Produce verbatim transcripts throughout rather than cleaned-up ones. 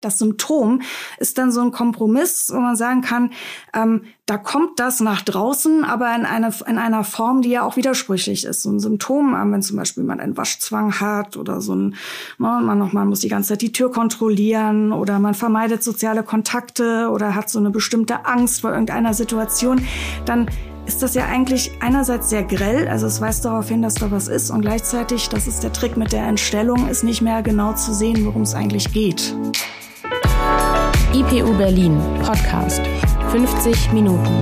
Das Symptom ist dann so ein Kompromiss, wo man sagen kann, ähm, da kommt das nach draußen, aber in, eine, in einer Form, die ja auch widersprüchlich ist. So ein Symptom, ähm, wenn zum Beispiel man einen Waschzwang hat oder so ein, man, noch, man muss die ganze Zeit die Tür kontrollieren oder man vermeidet soziale Kontakte oder hat so eine bestimmte Angst vor irgendeiner Situation, dann ist das ja eigentlich einerseits sehr grell, also es weist darauf hin, dass da was ist und gleichzeitig, das ist der Trick mit der Entstellung, ist nicht mehr genau zu sehen, worum es eigentlich geht. I P U Berlin Podcast fünfzig Minuten.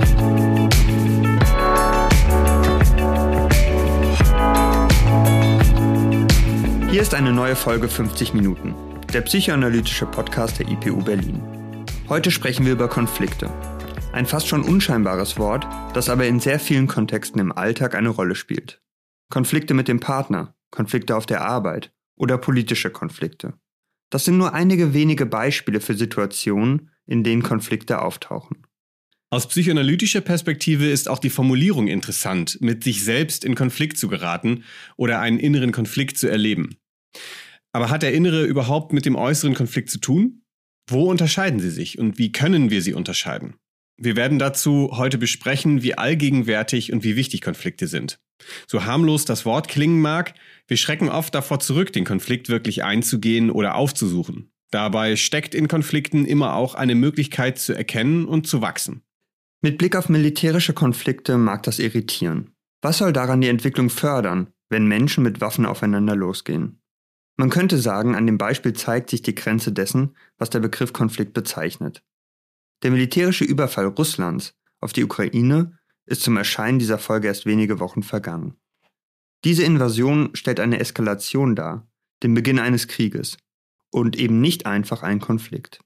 Hier ist eine neue Folge fünfzig Minuten, der psychoanalytische Podcast der I P U Berlin. Heute sprechen wir über Konflikte. Ein fast schon unscheinbares Wort, das aber in sehr vielen Kontexten im Alltag eine Rolle spielt. Konflikte mit dem Partner, Konflikte auf der Arbeit oder politische Konflikte. Das sind nur einige wenige Beispiele für Situationen, in denen Konflikte auftauchen. Aus psychoanalytischer Perspektive ist auch die Formulierung interessant, mit sich selbst in Konflikt zu geraten oder einen inneren Konflikt zu erleben. Aber hat der innere überhaupt mit dem äußeren Konflikt zu tun? Wo unterscheiden sie sich und wie können wir sie unterscheiden? Wir werden dazu heute besprechen, wie allgegenwärtig und wie wichtig Konflikte sind. So harmlos das Wort klingen mag, wir schrecken oft davor zurück, den Konflikt wirklich einzugehen oder aufzusuchen. Dabei steckt in Konflikten immer auch eine Möglichkeit zu erkennen und zu wachsen. Mit Blick auf militärische Konflikte mag das irritieren. Was soll daran die Entwicklung fördern, wenn Menschen mit Waffen aufeinander losgehen? Man könnte sagen, an dem Beispiel zeigt sich die Grenze dessen, was der Begriff Konflikt bezeichnet. Der militärische Überfall Russlands auf die Ukraine ist zum Erscheinen dieser Folge erst wenige Wochen vergangen. Diese Invasion stellt eine Eskalation dar, den Beginn eines Krieges und eben nicht einfach einen Konflikt.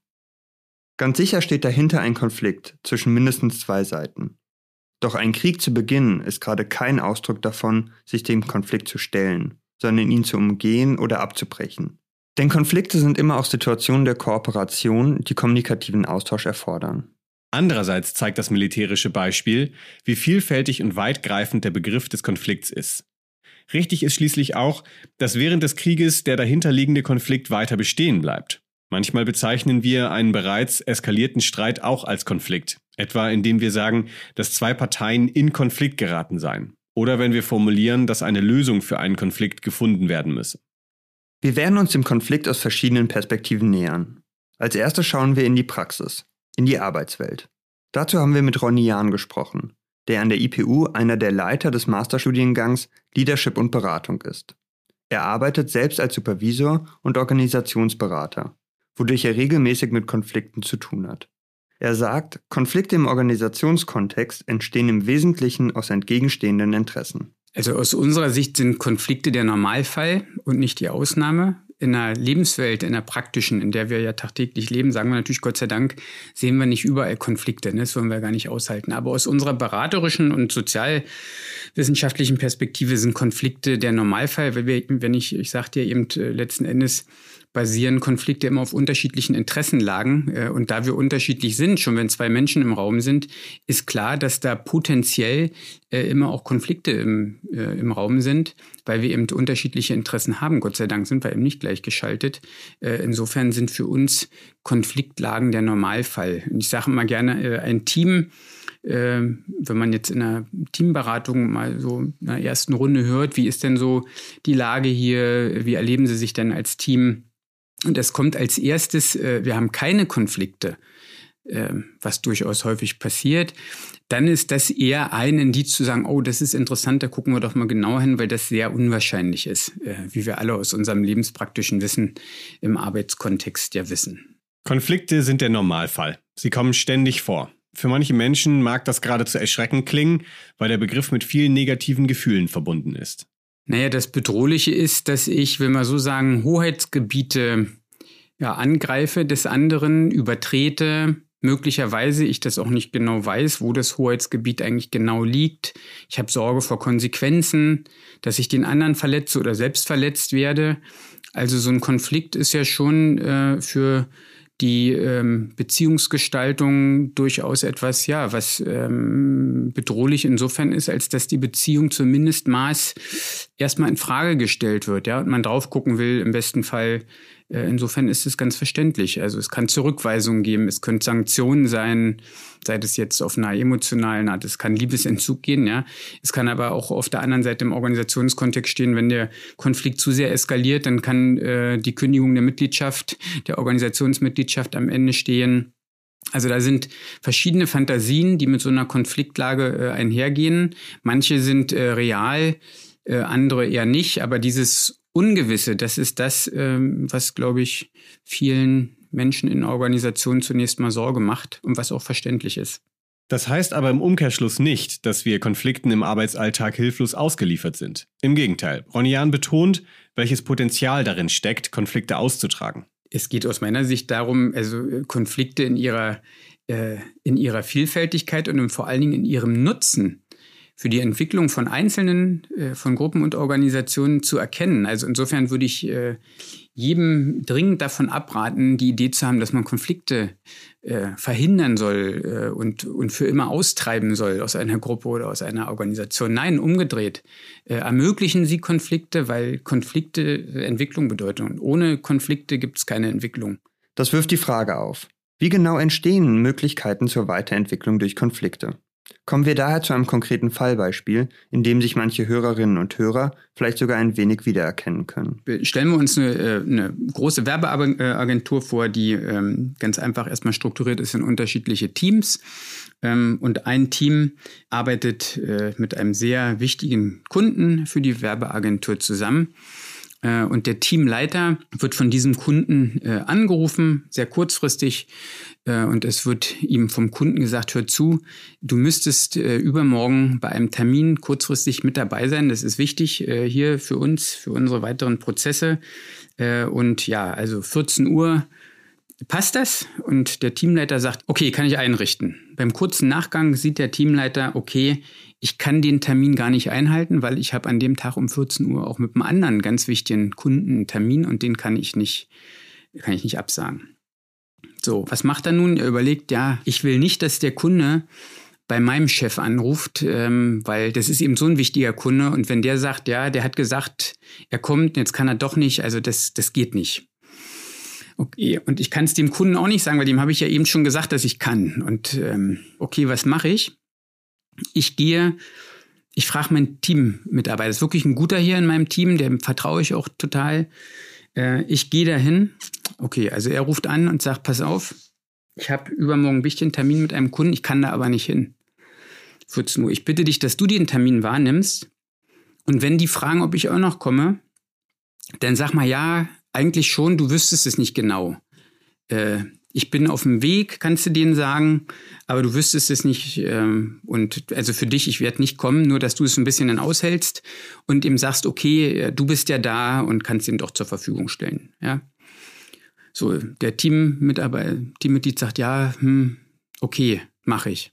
Ganz sicher steht dahinter ein Konflikt zwischen mindestens zwei Seiten. Doch ein Krieg zu beginnen ist gerade kein Ausdruck davon, sich dem Konflikt zu stellen, sondern ihn zu umgehen oder abzubrechen. Denn Konflikte sind immer auch Situationen der Kooperation, die kommunikativen Austausch erfordern. Andererseits zeigt das militärische Beispiel, wie vielfältig und weitgreifend der Begriff des Konflikts ist. Richtig ist schließlich auch, dass während des Krieges der dahinterliegende Konflikt weiter bestehen bleibt. Manchmal bezeichnen wir einen bereits eskalierten Streit auch als Konflikt, etwa indem wir sagen, dass zwei Parteien in Konflikt geraten seien. Oder wenn wir formulieren, dass eine Lösung für einen Konflikt gefunden werden müsse. Wir werden uns dem Konflikt aus verschiedenen Perspektiven nähern. Als erstes schauen wir in die Praxis, in die Arbeitswelt. Dazu haben wir mit Ronny Jahn gesprochen, der an der I P U einer der Leiter des Masterstudiengangs Leadership und Beratung ist. Er arbeitet selbst als Supervisor und Organisationsberater, wodurch er regelmäßig mit Konflikten zu tun hat. Er sagt, Konflikte im Organisationskontext entstehen im Wesentlichen aus entgegenstehenden Interessen. Also aus unserer Sicht sind Konflikte der Normalfall und nicht die Ausnahme. In einer Lebenswelt, in einer praktischen, in der wir ja tagtäglich leben, sagen wir natürlich Gott sei Dank, sehen wir nicht überall Konflikte. Ne? Das wollen wir gar nicht aushalten. Aber aus unserer beraterischen und sozialwissenschaftlichen Perspektive sind Konflikte der Normalfall. Weil wir, wenn ich, ich sagte ja eben letzten Endes, basieren Konflikte immer auf unterschiedlichen Interessenlagen. Und da wir unterschiedlich sind, schon wenn zwei Menschen im Raum sind, ist klar, dass da potenziell immer auch Konflikte im, im Raum sind, weil wir eben unterschiedliche Interessen haben. Gott sei Dank sind wir eben nicht gleichgeschaltet. Insofern sind für uns Konfliktlagen der Normalfall. Und ich sage immer gerne, ein Team, wenn man jetzt in einer Teamberatung mal so in einer ersten Runde hört, wie ist denn so die Lage hier, wie erleben Sie sich denn als Team? Und es kommt als erstes, wir haben keine Konflikte, was durchaus häufig passiert. Dann ist das eher ein Indiz zu sagen, oh, das ist interessant, da gucken wir doch mal genauer hin, weil das sehr unwahrscheinlich ist, wie wir alle aus unserem lebenspraktischen Wissen im Arbeitskontext ja wissen. Konflikte sind der Normalfall. Sie kommen ständig vor. Für manche Menschen mag das geradezu erschreckend klingen, weil der Begriff mit vielen negativen Gefühlen verbunden ist. Naja, das Bedrohliche ist, dass ich, will mal so sagen, Hoheitsgebiete ja, angreife des anderen, übertrete, möglicherweise ich das auch nicht genau weiß, wo das Hoheitsgebiet eigentlich genau liegt. Ich habe Sorge vor Konsequenzen, dass ich den anderen verletze oder selbst verletzt werde. Also so ein Konflikt ist ja schon äh, für die ähm, Beziehungsgestaltung durchaus etwas, ja, was ähm, bedrohlich insofern ist, als dass die Beziehung zum Mindestmaß erstmal in Frage gestellt wird, ja, und man drauf gucken will, im besten Fall, Insofern ist es ganz verständlich. Also es kann Zurückweisungen geben, es können Sanktionen sein, sei das jetzt auf einer emotionalen Art, es kann Liebesentzug gehen, ja. Es kann aber auch auf der anderen Seite im Organisationskontext stehen, wenn der Konflikt zu sehr eskaliert, dann kann äh, die Kündigung der Mitgliedschaft, der Organisationsmitgliedschaft am Ende stehen. Also da sind verschiedene Fantasien, die mit so einer Konfliktlage äh, einhergehen. Manche sind äh, real, äh, andere eher nicht, aber dieses Ungewisse, das ist das, ähm, was, glaube ich, vielen Menschen in Organisationen zunächst mal Sorge macht und was auch verständlich ist. Das heißt aber im Umkehrschluss nicht, dass wir Konflikten im Arbeitsalltag hilflos ausgeliefert sind. Im Gegenteil, Ronny Jahn betont, welches Potenzial darin steckt, Konflikte auszutragen. Es geht aus meiner Sicht darum, also Konflikte in ihrer, äh, in ihrer Vielfältigkeit und vor allen Dingen in ihrem Nutzen für die Entwicklung von Einzelnen, äh, von Gruppen und Organisationen zu erkennen. Also insofern würde ich äh, jedem dringend davon abraten, die Idee zu haben, dass man Konflikte äh, verhindern soll äh, und, und für immer austreiben soll aus einer Gruppe oder aus einer Organisation. Nein, umgedreht. Äh, ermöglichen Sie Konflikte, weil Konflikte Entwicklung bedeuten. Und ohne Konflikte gibt es keine Entwicklung. Das wirft die Frage auf: Wie genau entstehen Möglichkeiten zur Weiterentwicklung durch Konflikte? Kommen wir daher zu einem konkreten Fallbeispiel, in dem sich manche Hörerinnen und Hörer vielleicht sogar ein wenig wiedererkennen können. Stellen wir uns eine, eine große Werbeagentur vor, die ähm, ganz einfach erstmal strukturiert ist in unterschiedliche Teams. Ähm, und ein Team arbeitet äh, mit einem sehr wichtigen Kunden für die Werbeagentur zusammen. Äh, und der Teamleiter wird von diesem Kunden äh, angerufen, sehr kurzfristig. Und es wird ihm vom Kunden gesagt, hör zu, du müsstest äh, übermorgen bei einem Termin kurzfristig mit dabei sein. Das ist wichtig äh, hier für uns, für unsere weiteren Prozesse. Äh, und ja, also vierzehn Uhr passt das? Und der Teamleiter sagt, okay, kann ich einrichten. Beim kurzen Nachgang sieht der Teamleiter, okay, ich kann den Termin gar nicht einhalten, weil ich habe an dem Tag um vierzehn Uhr auch mit einem anderen ganz wichtigen Kunden einen Termin und den kann ich nicht, kann ich nicht absagen. So, was macht er nun? Er überlegt, ja, ich will nicht, dass der Kunde bei meinem Chef anruft, ähm, weil das ist eben so ein wichtiger Kunde. Und wenn der sagt, ja, der hat gesagt, er kommt, jetzt kann er doch nicht, also das, das geht nicht. Okay, und ich kann es dem Kunden auch nicht sagen, weil dem habe ich ja eben schon gesagt, dass ich kann. Und ähm, okay, was mache ich? Ich gehe, ich frage meinen Teammitarbeiter, das ist wirklich ein guter hier in meinem Team, dem vertraue ich auch total. Äh, ich gehe dahin. Okay, also er ruft an und sagt, pass auf, ich habe übermorgen einen wichtigen Termin mit einem Kunden, ich kann da aber nicht hin. vierzehn Uhr. Ich bitte dich, dass du den Termin wahrnimmst. Und wenn die fragen, ob ich auch noch komme, dann sag mal, ja, eigentlich schon, du wüsstest es nicht genau. Äh, ich bin auf dem Weg, kannst du denen sagen, aber du wüsstest es nicht. Ähm, und also für dich, ich werde nicht kommen, nur dass du es ein bisschen dann aushältst und ihm sagst, okay, du bist ja da und kannst ihn doch zur Verfügung stellen. Ja. So, der Teammitarbeiter, Teammitglied sagt, ja, hm, okay, mache ich.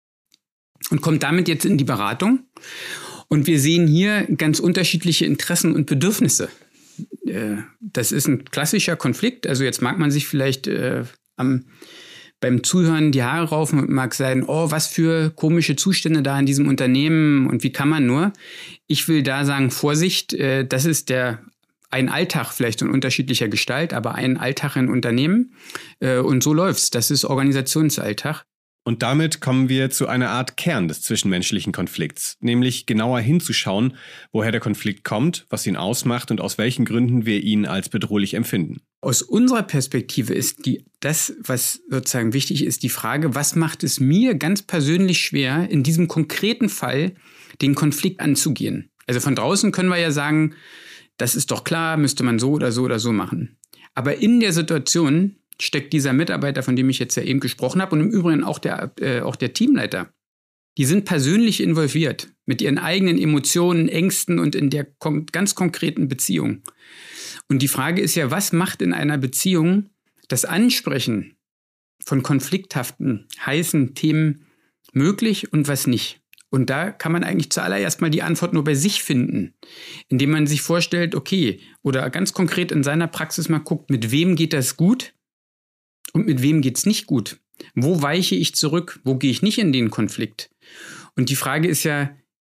Und kommt damit jetzt in die Beratung. Und wir sehen hier ganz unterschiedliche Interessen und Bedürfnisse. Äh, das ist ein klassischer Konflikt. Also jetzt mag man sich vielleicht äh, am, beim Zuhören die Haare raufen und mag sein, oh, was für komische Zustände da in diesem Unternehmen und wie kann man nur. Ich will da sagen, Vorsicht, äh, das ist der ein Alltag vielleicht in unterschiedlicher Gestalt, aber ein Alltag in Unternehmen. Äh, und so läuft's. Das ist Organisationsalltag. Und damit kommen wir zu einer Art Kern des zwischenmenschlichen Konflikts, nämlich genauer hinzuschauen, woher der Konflikt kommt, was ihn ausmacht und aus welchen Gründen wir ihn als bedrohlich empfinden. Aus unserer Perspektive ist die, das, was sozusagen wichtig ist, die Frage, was macht es mir ganz persönlich schwer, in diesem konkreten Fall den Konflikt anzugehen? Also von draußen können wir ja sagen, das ist doch klar, müsste man so oder so oder so machen. Aber in der Situation steckt dieser Mitarbeiter, von dem ich jetzt ja eben gesprochen habe, und im Übrigen auch der, äh, auch der Teamleiter. Die sind persönlich involviert mit ihren eigenen Emotionen, Ängsten und in der kon- ganz konkreten Beziehung. Und die Frage ist ja, was macht in einer Beziehung das Ansprechen von konflikthaften, heißen Themen möglich und was nicht? Und da kann man eigentlich zuallererst mal die Antwort nur bei sich finden, indem man sich vorstellt, okay, oder ganz konkret in seiner Praxis mal guckt, mit wem geht das gut und mit wem geht's nicht gut? Wo weiche ich zurück? Wo gehe ich nicht in den Konflikt? Und die Frage ist ja,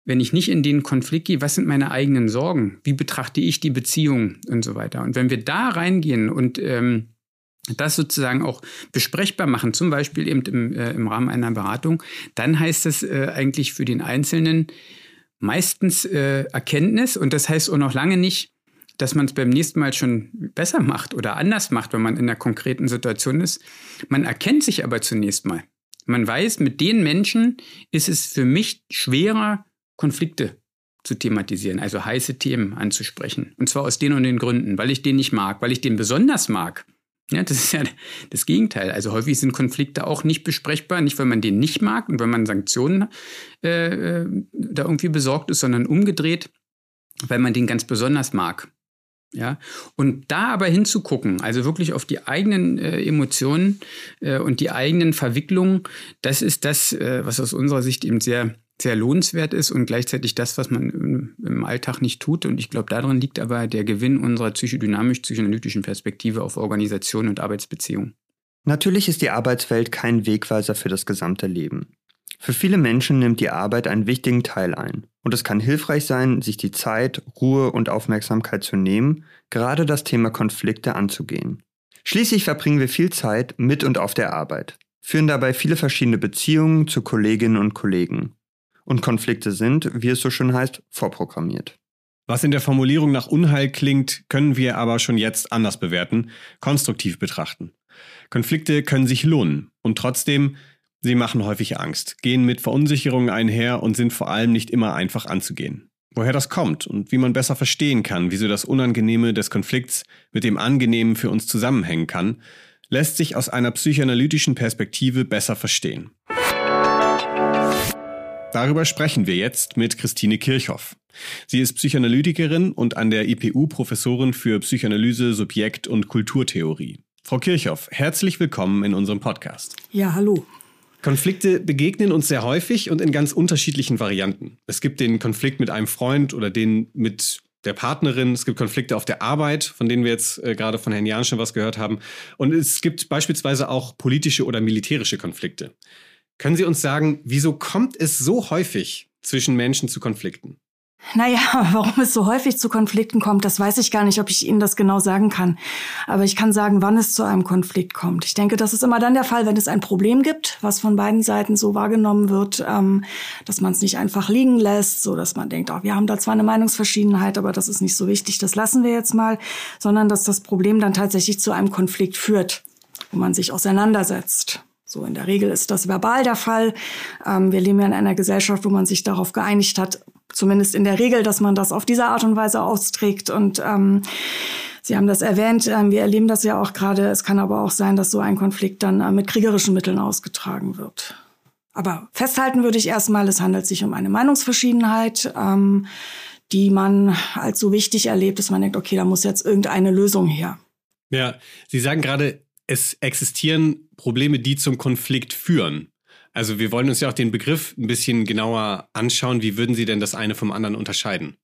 wenn ich nicht in den Konflikt gehe, was sind meine eigenen Sorgen? Wie betrachte ich die Beziehung und so weiter? Und wenn wir da reingehen und ähm, das sozusagen auch besprechbar machen, zum Beispiel eben im, äh, im Rahmen einer Beratung, dann heißt das äh, eigentlich für den Einzelnen meistens äh, Erkenntnis. Und das heißt auch noch lange nicht, dass man es beim nächsten Mal schon besser macht oder anders macht, wenn man in einer konkreten Situation ist. Man erkennt sich aber zunächst mal. Man weiß, mit den Menschen ist es für mich schwerer, Konflikte zu thematisieren, also heiße Themen anzusprechen. Und zwar aus den und den Gründen, weil ich den nicht mag, weil ich den besonders mag. Ja, das ist ja das Gegenteil. Also häufig sind Konflikte auch nicht besprechbar, nicht weil man den nicht mag und weil man Sanktionen äh, da irgendwie besorgt ist, sondern umgedreht, weil man den ganz besonders mag. Ja, und da aber hinzugucken, also wirklich auf die eigenen äh, Emotionen äh, und die eigenen Verwicklungen, das ist das, äh, was aus unserer Sicht eben sehr, sehr lohnenswert ist und gleichzeitig das, was man im, im Alltag nicht tut. Und ich glaube, darin liegt aber der Gewinn unserer psychodynamisch-psychoanalytischen Perspektive auf Organisation und Arbeitsbeziehungen. Natürlich ist die Arbeitswelt kein Wegweiser für das gesamte Leben. Für viele Menschen nimmt die Arbeit einen wichtigen Teil ein. Und es kann hilfreich sein, sich die Zeit, Ruhe und Aufmerksamkeit zu nehmen, gerade das Thema Konflikte anzugehen. Schließlich verbringen wir viel Zeit mit und auf der Arbeit, führen dabei viele verschiedene Beziehungen zu Kolleginnen und Kollegen. Und Konflikte sind, wie es so schön heißt, vorprogrammiert. Was in der Formulierung nach Unheil klingt, können wir aber schon jetzt anders bewerten, konstruktiv betrachten. Konflikte können sich lohnen und trotzdem, sie machen häufig Angst, gehen mit Verunsicherungen einher und sind vor allem nicht immer einfach anzugehen. Woher das kommt und wie man besser verstehen kann, wieso das Unangenehme des Konflikts mit dem Angenehmen für uns zusammenhängen kann, lässt sich aus einer psychoanalytischen Perspektive besser verstehen. Darüber sprechen wir jetzt mit Christine Kirchhoff. Sie ist Psychoanalytikerin und an der I P U Professorin für Psychoanalyse, Subjekt- und Kulturtheorie. Frau Kirchhoff, herzlich willkommen in unserem Podcast. Ja, hallo. Konflikte begegnen uns sehr häufig und in ganz unterschiedlichen Varianten. Es gibt den Konflikt mit einem Freund oder den mit der Partnerin. Es gibt Konflikte auf der Arbeit, von denen wir jetzt äh, gerade von Herrn Jahn schon was gehört haben. Und es gibt beispielsweise auch politische oder militärische Konflikte. Können Sie uns sagen, wieso kommt es so häufig zwischen Menschen zu Konflikten? Naja, warum es so häufig zu Konflikten kommt, das weiß ich gar nicht, ob ich Ihnen das genau sagen kann. Aber ich kann sagen, wann es zu einem Konflikt kommt. Ich denke, das ist immer dann der Fall, wenn es ein Problem gibt, was von beiden Seiten so wahrgenommen wird, ähm, dass man es nicht einfach liegen lässt, so dass man denkt, oh, wir haben da zwar eine Meinungsverschiedenheit, aber das ist nicht so wichtig, das lassen wir jetzt mal, sondern dass das Problem dann tatsächlich zu einem Konflikt führt, wo man sich auseinandersetzt. So in der Regel ist das verbal der Fall. Ähm, wir leben ja in einer Gesellschaft, wo man sich darauf geeinigt hat, zumindest in der Regel, dass man das auf diese Art und Weise austrägt. Und ähm, Sie haben das erwähnt, äh, wir erleben das ja auch gerade. Es kann aber auch sein, dass so ein Konflikt dann äh, mit kriegerischen Mitteln ausgetragen wird. Aber festhalten würde ich erstmal, es handelt sich um eine Meinungsverschiedenheit, ähm, die man als so wichtig erlebt, dass man denkt, okay, da muss jetzt irgendeine Lösung her. Ja, Sie sagen gerade, es existieren Probleme, die zum Konflikt führen. Also wir wollen uns ja auch den Begriff ein bisschen genauer anschauen. Wie würden Sie denn das eine vom anderen unterscheiden?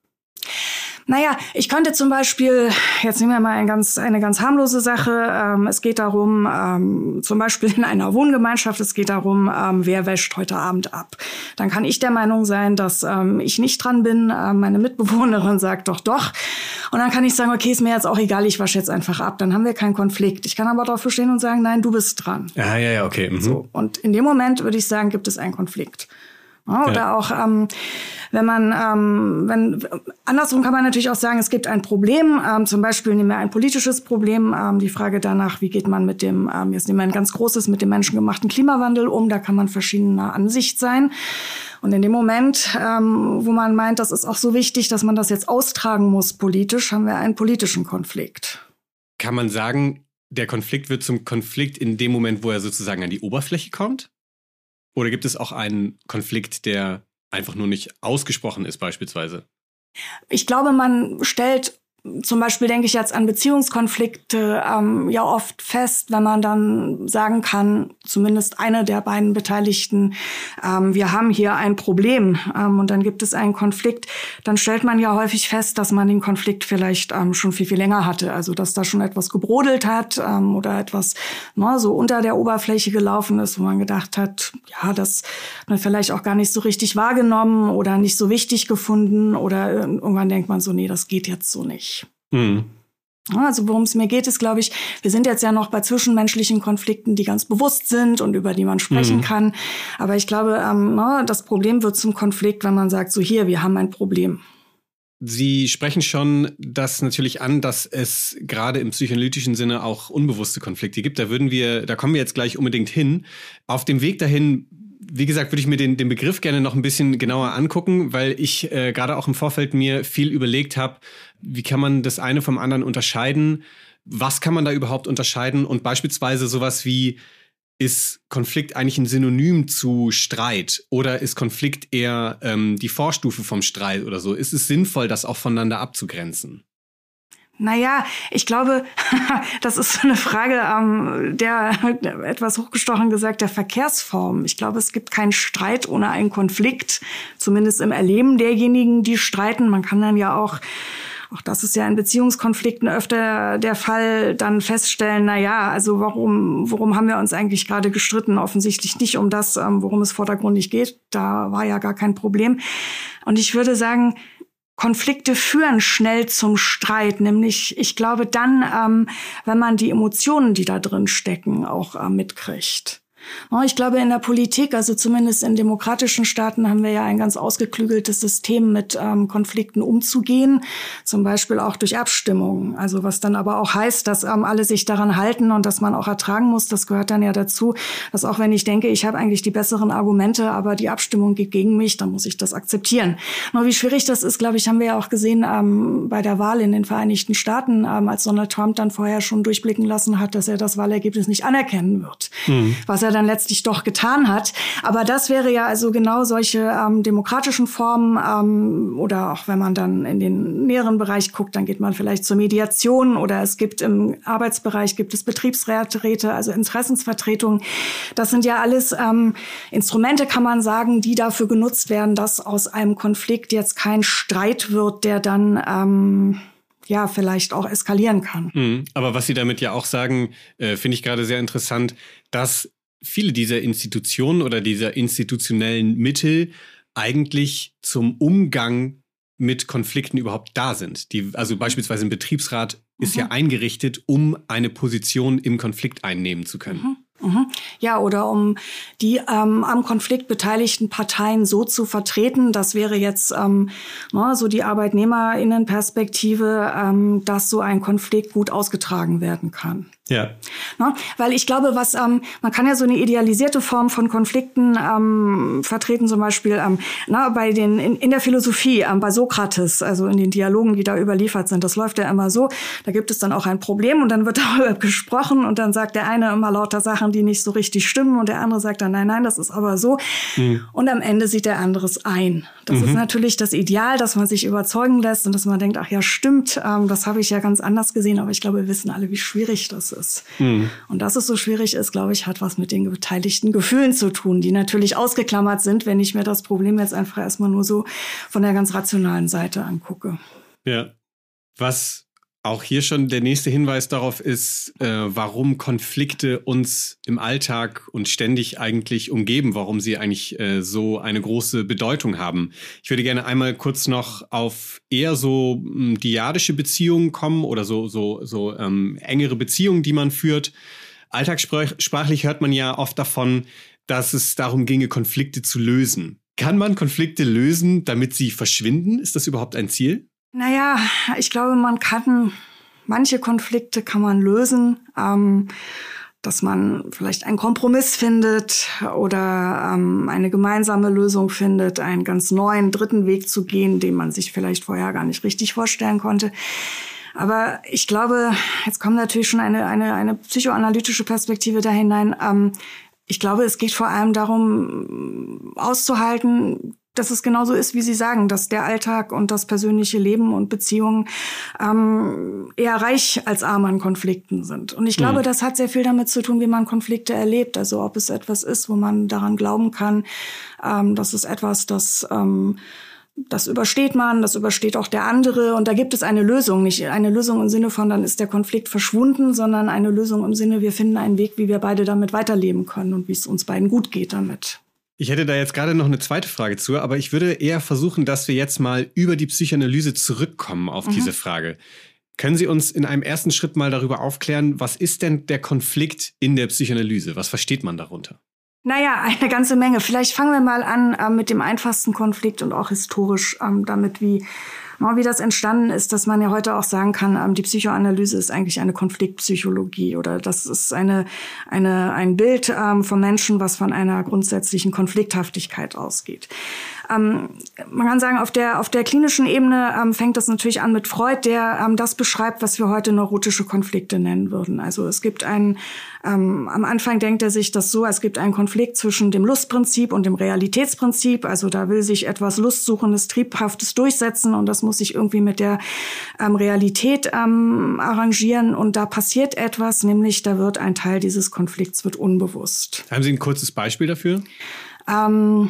Naja, ich könnte zum Beispiel, jetzt nehmen wir mal eine ganz, eine ganz harmlose Sache. Ähm, es geht darum, ähm, zum Beispiel in einer Wohngemeinschaft, es geht darum, ähm, wer wäscht heute Abend ab. Dann kann ich der Meinung sein, dass ähm, ich nicht dran bin. Ähm, meine Mitbewohnerin sagt doch, doch. Und dann kann ich sagen, okay, ist mir jetzt auch egal, ich wasche jetzt einfach ab. Dann haben wir keinen Konflikt. Ich kann aber dafür stehen und sagen, nein, du bist dran. Ja, ja, ja, okay. Mhm. So. Und in dem Moment würde ich sagen, gibt es einen Konflikt. Ja, oder ja. auch, ähm, wenn man, ähm, wenn, andersrum kann man natürlich auch sagen, es gibt ein Problem, ähm, zum Beispiel nehmen wir ein politisches Problem, ähm, die Frage danach, wie geht man mit dem, ähm, jetzt nehmen wir ein ganz großes, mit dem menschengemachten Klimawandel um, da kann man verschiedener Ansicht sein. Und in dem Moment, ähm, wo man meint, das ist auch so wichtig, dass man das jetzt austragen muss politisch, haben wir einen politischen Konflikt. Kann man sagen, der Konflikt wird zum Konflikt in dem Moment, wo er sozusagen an die Oberfläche kommt? Oder gibt es auch einen Konflikt, der einfach nur nicht ausgesprochen ist beispielsweise? Ich glaube, man stellt Zum Beispiel denke ich jetzt an Beziehungskonflikte ähm, ja oft fest, wenn man dann sagen kann, zumindest eine der beiden Beteiligten, ähm, wir haben hier ein Problem ähm, und dann gibt es einen Konflikt, dann stellt man ja häufig fest, dass man den Konflikt vielleicht ähm, schon viel, viel länger hatte. Also dass da schon etwas gebrodelt hat ähm, oder etwas ne, so unter der Oberfläche gelaufen ist, wo man gedacht hat, ja, das hat man vielleicht auch gar nicht so richtig wahrgenommen oder nicht so wichtig gefunden oder irgendwann denkt man so, nee, das geht jetzt so nicht. Mhm. Also worum es mir geht, ist, glaube ich, wir sind jetzt ja noch bei zwischenmenschlichen Konflikten, die ganz bewusst sind und über die man sprechen mhm. kann. Aber ich glaube, ähm, na, das Problem wird zum Konflikt, wenn man sagt, so hier, wir haben ein Problem. Sie sprechen schon das natürlich an, dass es gerade im psychoanalytischen Sinne auch unbewusste Konflikte gibt. Da würden wir, da kommen wir jetzt gleich unbedingt hin. Auf dem Weg dahin, wie gesagt, würde ich mir den, den Begriff gerne noch ein bisschen genauer angucken, weil ich äh, gerade auch im Vorfeld mir viel überlegt habe, wie kann man das eine vom anderen unterscheiden? Was kann man da überhaupt unterscheiden? Und beispielsweise sowas wie, ist Konflikt eigentlich ein Synonym zu Streit? Oder ist Konflikt eher ähm, die Vorstufe vom Streit oder so? Ist es sinnvoll, das auch voneinander abzugrenzen? Naja, ich glaube, das ist so eine Frage ähm, der, etwas hochgestochen gesagt, der Verkehrsform. Ich glaube, es gibt keinen Streit ohne einen Konflikt, zumindest im Erleben derjenigen, die streiten. Man kann dann ja auch, auch das ist ja in Beziehungskonflikten öfter der Fall, dann feststellen, na ja, also warum, worum haben wir uns eigentlich gerade gestritten? Offensichtlich nicht um das, ähm, worum es vordergründig geht. Da war ja gar kein Problem. Und ich würde sagen, Konflikte führen schnell zum Streit, nämlich, ich glaube dann, ähm, wenn man die Emotionen, die da drin stecken, auch äh, mitkriegt. Ich glaube, in der Politik, also zumindest in demokratischen Staaten, haben wir ja ein ganz ausgeklügeltes System, mit ähm, Konflikten umzugehen, zum Beispiel auch durch Abstimmungen. Also was dann aber auch heißt, dass ähm, alle sich daran halten und dass man auch ertragen muss. Das gehört dann ja dazu, dass auch wenn ich denke, ich habe eigentlich die besseren Argumente, aber die Abstimmung geht gegen mich, dann muss ich das akzeptieren. Nur wie schwierig das ist, glaube ich, haben wir ja auch gesehen ähm, bei der Wahl in den Vereinigten Staaten, ähm, als Donald Trump dann vorher schon durchblicken lassen hat, dass er das Wahlergebnis nicht anerkennen wird. Mhm. Was er dann letztlich doch getan hat. Aber das wäre ja also genau solche ähm, demokratischen Formen ähm, oder auch wenn man dann in den näheren Bereich guckt, dann geht man vielleicht zur Mediation oder es gibt im Arbeitsbereich gibt es Betriebsräte, also Interessensvertretungen. Das sind ja alles ähm, Instrumente, kann man sagen, die dafür genutzt werden, dass aus einem Konflikt jetzt kein Streit wird, der dann ähm, ja vielleicht auch eskalieren kann. Mhm. Aber was Sie damit ja auch sagen, äh, finde ich gerade sehr interessant, dass viele dieser Institutionen oder dieser institutionellen Mittel eigentlich zum Umgang mit Konflikten überhaupt da sind. Die, also beispielsweise ein Betriebsrat ist mhm. ja eingerichtet, um eine Position im Konflikt einnehmen zu können. Mhm. Mhm. Ja, oder um die ähm, am Konflikt beteiligten Parteien so zu vertreten, das wäre jetzt ähm, na, so die ArbeitnehmerInnenperspektive, ähm, dass so ein Konflikt gut ausgetragen werden kann. Ja. Na, weil ich glaube, was ähm, man kann ja so eine idealisierte Form von Konflikten ähm, vertreten, zum Beispiel ähm, na, bei den in, in der Philosophie, ähm, bei Sokrates, also in den Dialogen, die da überliefert sind. Das läuft ja immer so. Da gibt es dann auch ein Problem und dann wird darüber gesprochen und dann sagt der eine immer lauter Sachen, die nicht so richtig stimmen und der andere sagt dann, nein, nein, das ist aber so. Mhm. Und am Ende sieht der andere es ein. Das mhm. ist natürlich das Ideal, dass man sich überzeugen lässt und dass man denkt, ach ja, stimmt, ähm, das habe ich ja ganz anders gesehen, aber ich glaube, wir wissen alle, wie schwierig das ist. Mhm. Und dass es so schwierig ist, glaube ich, hat was mit den beteiligten Gefühlen zu tun, die natürlich ausgeklammert sind, wenn ich mir das Problem jetzt einfach erstmal nur so von der ganz rationalen Seite angucke. Ja, was auch hier schon der nächste Hinweis darauf ist, äh, warum Konflikte uns im Alltag und ständig eigentlich umgeben, warum sie eigentlich äh, so eine große Bedeutung haben. Ich würde gerne einmal kurz noch auf eher so m, dyadische Beziehungen kommen oder so, so, so ähm, engere Beziehungen, die man führt. Alltagssprachlich hört man ja oft davon, dass es darum ginge, Konflikte zu lösen. Kann man Konflikte lösen, damit sie verschwinden? Ist das überhaupt ein Ziel? Naja, ich glaube, man kann, manche Konflikte kann man lösen, ähm, dass man vielleicht einen Kompromiss findet oder ähm, eine gemeinsame Lösung findet, einen ganz neuen dritten Weg zu gehen, den man sich vielleicht vorher gar nicht richtig vorstellen konnte. Aber ich glaube, jetzt kommt natürlich schon eine, eine, eine psychoanalytische Perspektive da hinein. Ähm, ich glaube, es geht vor allem darum, auszuhalten, dass es genauso ist, wie Sie sagen, dass der Alltag und das persönliche Leben und Beziehungen ähm, eher reich als arm an Konflikten sind. Und ich glaube, mhm. das hat sehr viel damit zu tun, wie man Konflikte erlebt. Also ob es etwas ist, wo man daran glauben kann, ähm, das ist etwas, das ähm, das übersteht man, das übersteht auch der andere. Und da gibt es eine Lösung. Nicht eine Lösung im Sinne von, dann ist der Konflikt verschwunden, sondern eine Lösung im Sinne, wir finden einen Weg, wie wir beide damit weiterleben können und wie es uns beiden gut geht damit. Ich hätte da jetzt gerade noch eine zweite Frage zu, aber ich würde eher versuchen, dass wir jetzt mal über die Psychoanalyse zurückkommen auf mhm. diese Frage. Können Sie uns in einem ersten Schritt mal darüber aufklären, was ist denn der Konflikt in der Psychoanalyse? Was versteht man darunter? Naja, eine ganze Menge. Vielleicht fangen wir mal an äh, mit dem einfachsten Konflikt und auch historisch ähm, damit, wie wie das entstanden ist, dass man ja heute auch sagen kann, die Psychoanalyse ist eigentlich eine Konfliktpsychologie oder das ist eine, eine, ein Bild ähm, von Menschen, was von einer grundsätzlichen Konflikthaftigkeit ausgeht. Ähm, man kann sagen, auf der, auf der klinischen Ebene ähm, fängt das natürlich an mit Freud, der ähm, das beschreibt, was wir heute neurotische Konflikte nennen würden. Also es gibt einen, ähm, am Anfang denkt er sich das so, es gibt einen Konflikt zwischen dem Lustprinzip und dem Realitätsprinzip. Also da will sich etwas Lustsuchendes, Triebhaftes durchsetzen und das muss sich irgendwie mit der ähm, Realität ähm, arrangieren. Und da passiert etwas, nämlich da wird ein Teil dieses Konflikts wird unbewusst. Haben Sie ein kurzes Beispiel dafür? Ähm,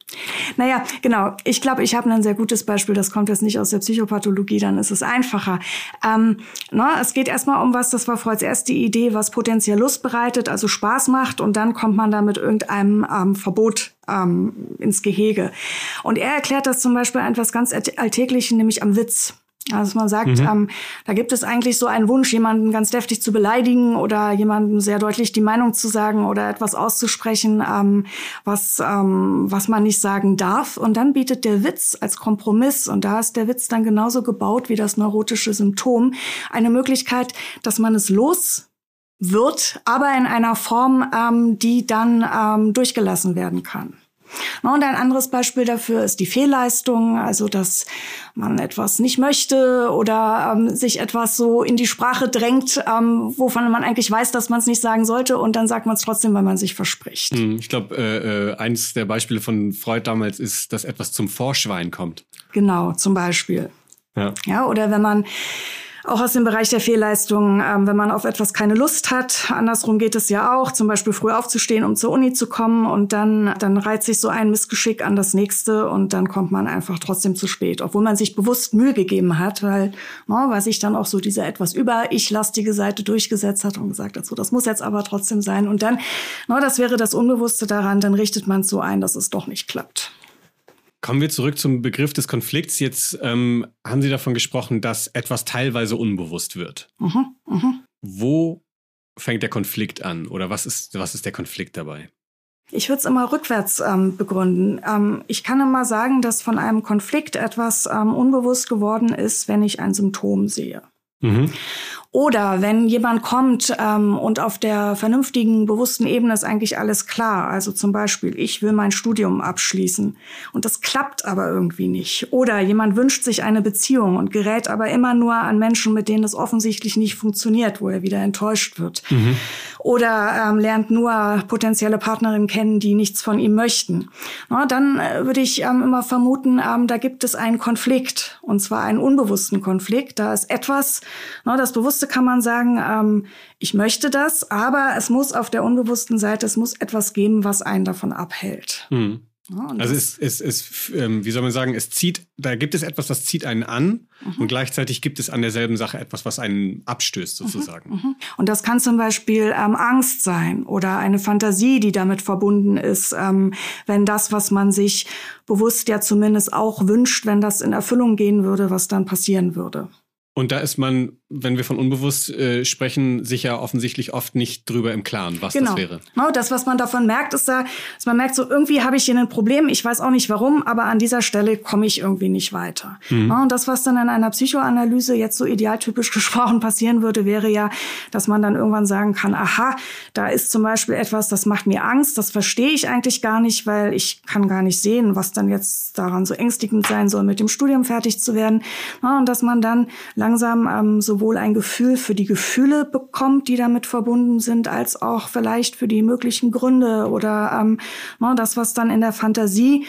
Naja, genau. Ich glaube, ich habe ein sehr gutes Beispiel. Das kommt jetzt nicht aus der Psychopathologie, dann ist es einfacher. Ähm, ne, es geht erstmal um was, das war Freuds erste Idee, was potenziell Lust bereitet, also Spaß macht. Und dann kommt man da mit irgendeinem ähm, Verbot ähm, ins Gehege. Und er erklärt das zum Beispiel etwas ganz Alltäglichen, nämlich am Witz. Also man sagt, mhm. ähm, da gibt es eigentlich so einen Wunsch, jemanden ganz deftig zu beleidigen oder jemandem sehr deutlich die Meinung zu sagen oder etwas auszusprechen, ähm, was ähm, was man nicht sagen darf. Und dann bietet der Witz als Kompromiss, und da ist der Witz dann genauso gebaut wie das neurotische Symptom, eine Möglichkeit, dass man es los wird, aber in einer Form, ähm, die dann ähm, durchgelassen werden kann. Und ein anderes Beispiel dafür ist die Fehlleistung, also dass man etwas nicht möchte oder ähm, sich etwas so in die Sprache drängt, ähm, wovon man eigentlich weiß, dass man es nicht sagen sollte, und dann sagt man es trotzdem, weil man sich verspricht. Ich glaube, äh, äh, eines der Beispiele von Freud damals ist, dass etwas zum Vorschwein kommt. Genau, zum Beispiel. Ja, ja, oder wenn man auch aus dem Bereich der Fehlleistungen, ähm, wenn man auf etwas keine Lust hat. Andersrum geht es ja auch, zum Beispiel früh aufzustehen, um zur Uni zu kommen, und dann, dann reiht sich so ein Missgeschick an das nächste und dann kommt man einfach trotzdem zu spät, obwohl man sich bewusst Mühe gegeben hat, weil, no, weil sich dann auch so diese etwas über-ich-lastige Seite durchgesetzt hat und gesagt hat, so, das muss jetzt aber trotzdem sein. Und dann, no, das wäre das Unbewusste daran, dann richtet man es so ein, dass es doch nicht klappt. Kommen wir zurück zum Begriff des Konflikts. Jetzt ähm, haben Sie davon gesprochen, dass etwas teilweise unbewusst wird. Mhm, mh. Wo fängt der Konflikt an oder was ist, was ist der Konflikt dabei? Ich würde es immer rückwärts ähm, begründen. Ähm, ich kann immer sagen, dass von einem Konflikt etwas ähm, unbewusst geworden ist, wenn ich ein Symptom sehe. Mhm. Oder wenn jemand kommt ähm, und auf der vernünftigen, bewussten Ebene ist eigentlich alles klar. Also zum Beispiel, ich will mein Studium abschließen und das klappt aber irgendwie nicht. Oder jemand wünscht sich eine Beziehung und gerät aber immer nur an Menschen, mit denen es offensichtlich nicht funktioniert, wo er wieder enttäuscht wird. Mhm. Oder ähm, lernt nur potenzielle Partnerinnen kennen, die nichts von ihm möchten. Na, dann äh, würde ich ähm, immer vermuten, ähm, da gibt es einen Konflikt, und zwar einen unbewussten Konflikt. Da ist etwas, na, das Bewusste kann man sagen, ähm, ich möchte das, aber es muss auf der unbewussten Seite, es muss etwas geben, was einen davon abhält. Mhm. Ja, also es, es, es ähm, wie soll man sagen, es zieht, da gibt es etwas, das zieht einen an, mhm. und gleichzeitig gibt es an derselben Sache etwas, was einen abstößt sozusagen. Mhm, mhm. Und das kann zum Beispiel ähm, Angst sein oder eine Fantasie, die damit verbunden ist, ähm, wenn das, was man sich bewusst ja zumindest auch wünscht, wenn das in Erfüllung gehen würde, was dann passieren würde. Und da ist man, wenn wir von unbewusst äh, sprechen, sich ja offensichtlich oft nicht drüber im Klaren, was genau. das wäre. Genau, das, was man davon merkt, ist da, dass man merkt, so irgendwie habe ich hier ein Problem, ich weiß auch nicht warum, aber an dieser Stelle komme ich irgendwie nicht weiter. Mhm. Und das, was dann in einer Psychoanalyse jetzt so idealtypisch gesprochen passieren würde, wäre ja, dass man dann irgendwann sagen kann, aha, da ist zum Beispiel etwas, das macht mir Angst, das verstehe ich eigentlich gar nicht, weil ich kann gar nicht sehen, was dann jetzt daran so ängstigend sein soll, mit dem Studium fertig zu werden. Und dass man dann langsam ähm, sowohl ein Gefühl für die Gefühle bekommt, die damit verbunden sind, als auch vielleicht für die möglichen Gründe oder ähm, ne, das, was dann in der Fantasie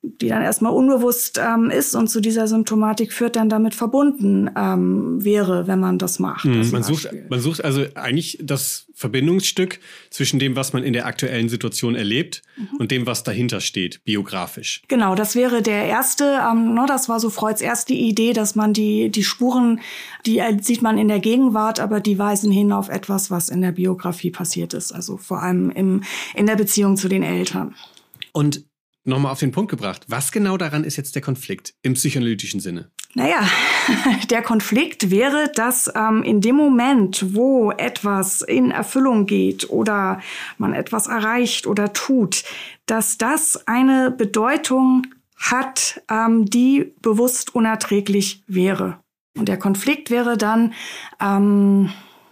die dann erstmal unbewusst ähm, ist und zu dieser Symptomatik führt, dann damit verbunden ähm, wäre, wenn man das macht. Mhm. Man sucht, man sucht also eigentlich das Verbindungsstück zwischen dem, was man in der aktuellen Situation erlebt mhm. und dem, was dahinter steht, biografisch. Genau, das wäre der erste, ähm, ne, das war so Freuds erste Idee, dass man die, die Spuren, die sieht man in der Gegenwart, aber die weisen hin auf etwas, was in der Biografie passiert ist, also vor allem im, in der Beziehung zu den Eltern. Und nochmal auf den Punkt gebracht, was genau daran ist jetzt der Konflikt im psychoanalytischen Sinne? Naja, der Konflikt wäre, dass ähm, in dem Moment, wo etwas in Erfüllung geht oder man etwas erreicht oder tut, dass das eine Bedeutung hat, ähm, die bewusst unerträglich wäre. Und der Konflikt wäre dann... Ähm,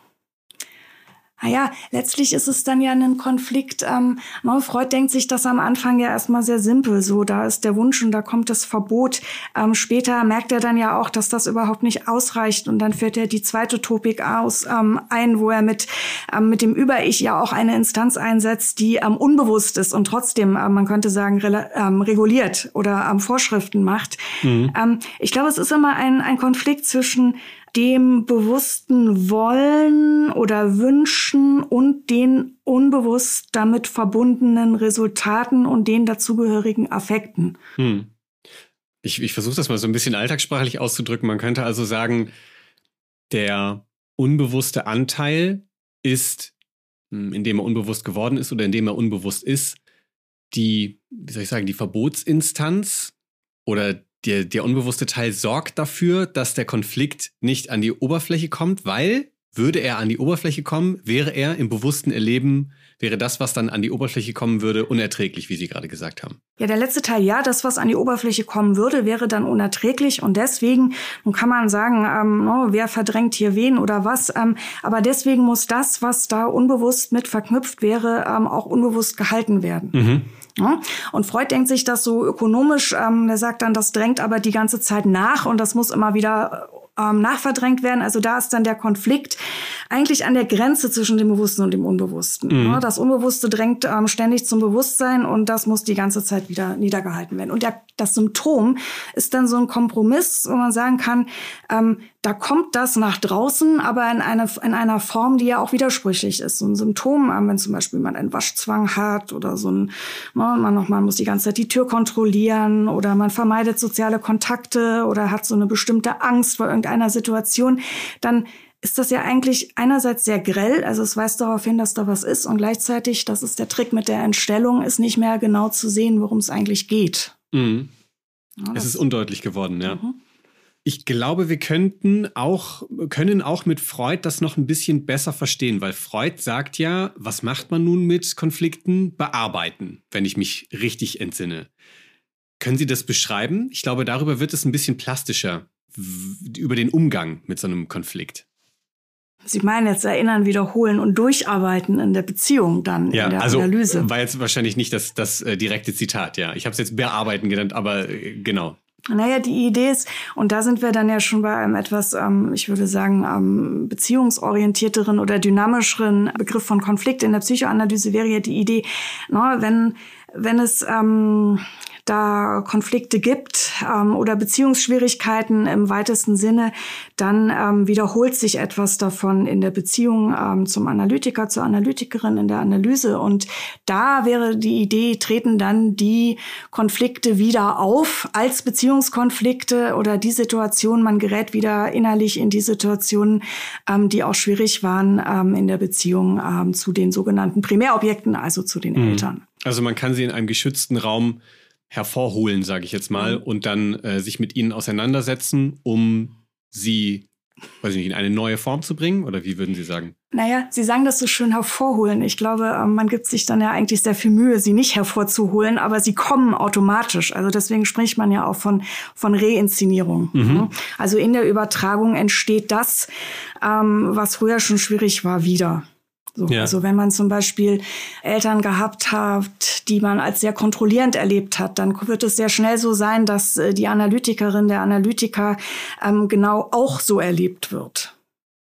Naja, letztlich ist es dann ja ein Konflikt. Ähm, Freud denkt sich das am Anfang ja erstmal sehr simpel. So, da ist der Wunsch und da kommt das Verbot. Ähm, später merkt er dann ja auch, dass das überhaupt nicht ausreicht. Und dann führt er die zweite Topik aus ähm, ein, wo er mit ähm, mit dem Über-Ich ja auch eine Instanz einsetzt, die ähm, unbewusst ist und trotzdem, ähm, man könnte sagen, re- ähm, reguliert oder ähm, Vorschriften macht. Mhm. Ähm, ich glaube, es ist immer ein ein Konflikt zwischen dem bewussten Wollen oder Wünschen und den unbewusst damit verbundenen Resultaten und den dazugehörigen Affekten. Hm. Ich, ich versuche das mal so ein bisschen alltagssprachlich auszudrücken. Man könnte also sagen, der unbewusste Anteil ist, indem er unbewusst geworden ist oder indem er unbewusst ist, die, wie soll ich sagen, die Verbotsinstanz oder Der, der unbewusste Teil sorgt dafür, dass der Konflikt nicht an die Oberfläche kommt, weil, würde er an die Oberfläche kommen, wäre er im bewussten Erleben, wäre das, was dann an die Oberfläche kommen würde, unerträglich, wie Sie gerade gesagt haben. Ja, der letzte Teil, ja, das, was an die Oberfläche kommen würde, wäre dann unerträglich und deswegen, nun kann man sagen, ähm, oh, wer verdrängt hier wen oder was, ähm, aber deswegen muss das, was da unbewusst mit verknüpft wäre, ähm, auch unbewusst gehalten werden. Mhm. Ja, und Freud denkt sich das so ökonomisch, ähm, der sagt dann, das drängt aber die ganze Zeit nach und das muss immer wieder ähm, nachverdrängt werden. Also da ist dann der Konflikt eigentlich an der Grenze zwischen dem Bewussten und dem Unbewussten. Mhm. Ja, das Unbewusste drängt ähm, ständig zum Bewusstsein und das muss die ganze Zeit wieder niedergehalten werden. Und der, das Symptom ist dann so ein Kompromiss, wo man sagen kann, ähm, da kommt das nach draußen, aber in, eine, in einer Form, die ja auch widersprüchlich ist. So ein Symptom, wenn zum Beispiel man einen Waschzwang hat oder so ein, man, noch, man muss die ganze Zeit die Tür kontrollieren oder man vermeidet soziale Kontakte oder hat so eine bestimmte Angst vor irgendeiner Situation, dann ist das ja eigentlich einerseits sehr grell, also es weist darauf hin, dass da was ist und gleichzeitig, das ist der Trick mit der Entstellung, ist nicht mehr genau zu sehen, worum es eigentlich geht. Mhm. Ja, es ist undeutlich geworden, ja. Mhm. Ich glaube, wir könnten auch, können auch mit Freud das noch ein bisschen besser verstehen, weil Freud sagt ja, was macht man nun mit Konflikten? Bearbeiten, wenn ich mich richtig entsinne. Können Sie das beschreiben? Ich glaube, darüber wird es ein bisschen plastischer, w- über den Umgang mit so einem Konflikt. Sie meinen jetzt erinnern, wiederholen und durcharbeiten in der Beziehung dann, ja, in der also Analyse. War jetzt wahrscheinlich nicht das, das äh, direkte Zitat, ja. Ich habe es jetzt bearbeiten genannt, aber äh, genau. Naja, die Idee ist, und da sind wir dann ja schon bei einem etwas, ähm, ich würde sagen, ähm, beziehungsorientierteren oder dynamischeren Begriff von Konflikt in der Psychoanalyse wäre ja die Idee, na, wenn, wenn es ähm, da Konflikte gibt ähm, oder Beziehungsschwierigkeiten im weitesten Sinne, dann ähm, wiederholt sich etwas davon in der Beziehung ähm, zum Analytiker, zur Analytikerin, in der Analyse. Und da wäre die Idee, treten dann die Konflikte wieder auf als Beziehungskonflikte oder die Situation, man gerät wieder innerlich in die Situationen, ähm, die auch schwierig waren ähm, in der Beziehung ähm, zu den sogenannten Primärobjekten, also zu den mhm. Eltern. Also man kann sie in einem geschützten Raum hervorholen, sage ich jetzt mal, und dann äh, sich mit ihnen auseinandersetzen, um sie, weiß ich nicht, in eine neue Form zu bringen? Oder wie würden Sie sagen? Naja, Sie sagen das so schön hervorholen. Ich glaube, man gibt sich dann ja eigentlich sehr viel Mühe, sie nicht hervorzuholen, aber sie kommen automatisch. Also deswegen spricht man ja auch von, von Reinszenierung. Mhm. Also in der Übertragung entsteht das, ähm, was früher schon schwierig war, wieder. So, ja. Also wenn man zum Beispiel Eltern gehabt hat, die man als sehr kontrollierend erlebt hat, dann wird es sehr schnell so sein, dass äh, die Analytikerin, der Analytiker ähm, genau auch so erlebt wird.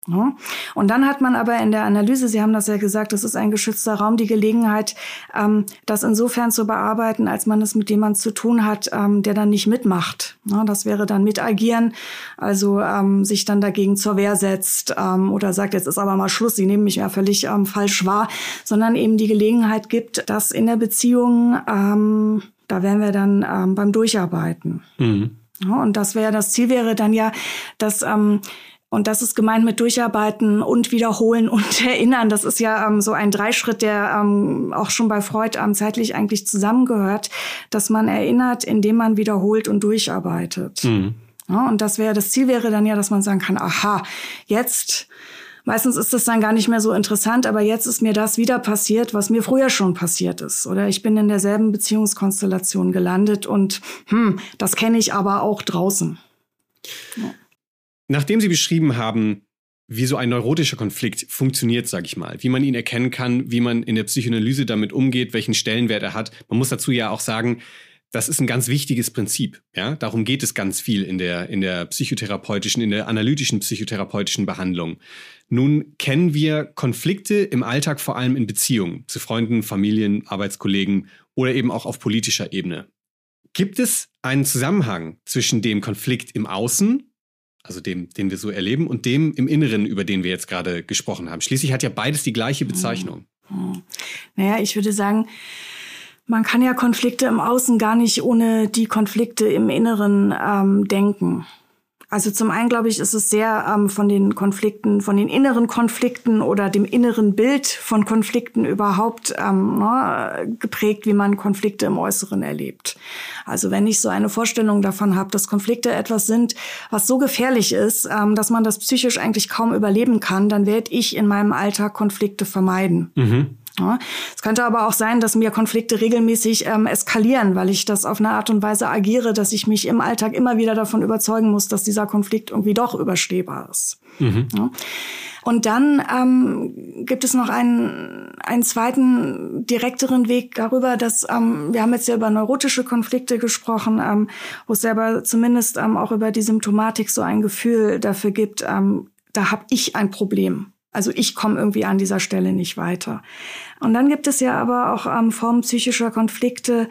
Ja. Und dann hat man aber in der Analyse, Sie haben das ja gesagt, das ist ein geschützter Raum, die Gelegenheit, ähm, das insofern zu bearbeiten, als man es mit jemandem zu tun hat, ähm, der dann nicht mitmacht. Ja, das wäre dann mitagieren, also ähm, sich dann dagegen zur Wehr setzt ähm, oder sagt, jetzt ist aber mal Schluss, Sie nehmen mich ja völlig ähm, falsch wahr, sondern eben die Gelegenheit gibt, dass in der Beziehung, ähm, da wären wir dann ähm, beim Durcharbeiten. Mhm. Ja, und das wäre, das Ziel wäre dann ja, dass ähm, Und das ist gemeint mit Durcharbeiten und Wiederholen und Erinnern. Das ist ja ähm, so ein Dreischritt, der ähm, auch schon bei Freud ähm, zeitlich eigentlich zusammengehört, dass man erinnert, indem man wiederholt und durcharbeitet. Mhm. Ja, und das wäre, das Ziel wäre dann ja, dass man sagen kann, aha, jetzt, meistens ist das dann gar nicht mehr so interessant, aber jetzt ist mir das wieder passiert, was mir früher schon passiert ist. Oder ich bin in derselben Beziehungskonstellation gelandet und hm, das kenne ich aber auch draußen. Ja. Nachdem Sie beschrieben haben, wie so ein neurotischer Konflikt funktioniert, sage ich mal, wie man ihn erkennen kann, wie man in der Psychoanalyse damit umgeht, welchen Stellenwert er hat. Man muss dazu ja auch sagen, das ist ein ganz wichtiges Prinzip. Ja? Darum geht es ganz viel in der, in der psychotherapeutischen, in der analytischen psychotherapeutischen Behandlung. Nun kennen wir Konflikte im Alltag vor allem in Beziehungen zu Freunden, Familien, Arbeitskollegen oder eben auch auf politischer Ebene. Gibt es einen Zusammenhang zwischen dem Konflikt im Außen, also dem, den wir so erleben, und dem im Inneren, über den wir jetzt gerade gesprochen haben? Schließlich hat ja beides die gleiche Bezeichnung. Hm. Naja, ich würde sagen, man kann ja Konflikte im Außen gar nicht ohne die Konflikte im Inneren ähm, denken. Also zum einen, glaube ich, ist es sehr ähm, von den Konflikten, von den inneren Konflikten oder dem inneren Bild von Konflikten überhaupt ähm, ne, geprägt, wie man Konflikte im Äußeren erlebt. Also wenn ich so eine Vorstellung davon habe, dass Konflikte etwas sind, was so gefährlich ist, ähm, dass man das psychisch eigentlich kaum überleben kann, dann werde ich in meinem Alltag Konflikte vermeiden. Mhm. Ja, es könnte aber auch sein, dass mir Konflikte regelmäßig ähm, eskalieren, weil ich das auf eine Art und Weise agiere, dass ich mich im Alltag immer wieder davon überzeugen muss, dass dieser Konflikt irgendwie doch überstehbar ist. Mhm. Ja. Und dann ähm, gibt es noch einen, einen zweiten, direkteren Weg darüber, dass ähm, wir haben jetzt ja über neurotische Konflikte gesprochen, ähm, wo es selber zumindest ähm, auch über die Symptomatik so ein Gefühl dafür gibt, ähm, da habe ich ein Problem. Also ich komme irgendwie an dieser Stelle nicht weiter. Und dann gibt es ja aber auch ähm, Formen psychischer Konflikte,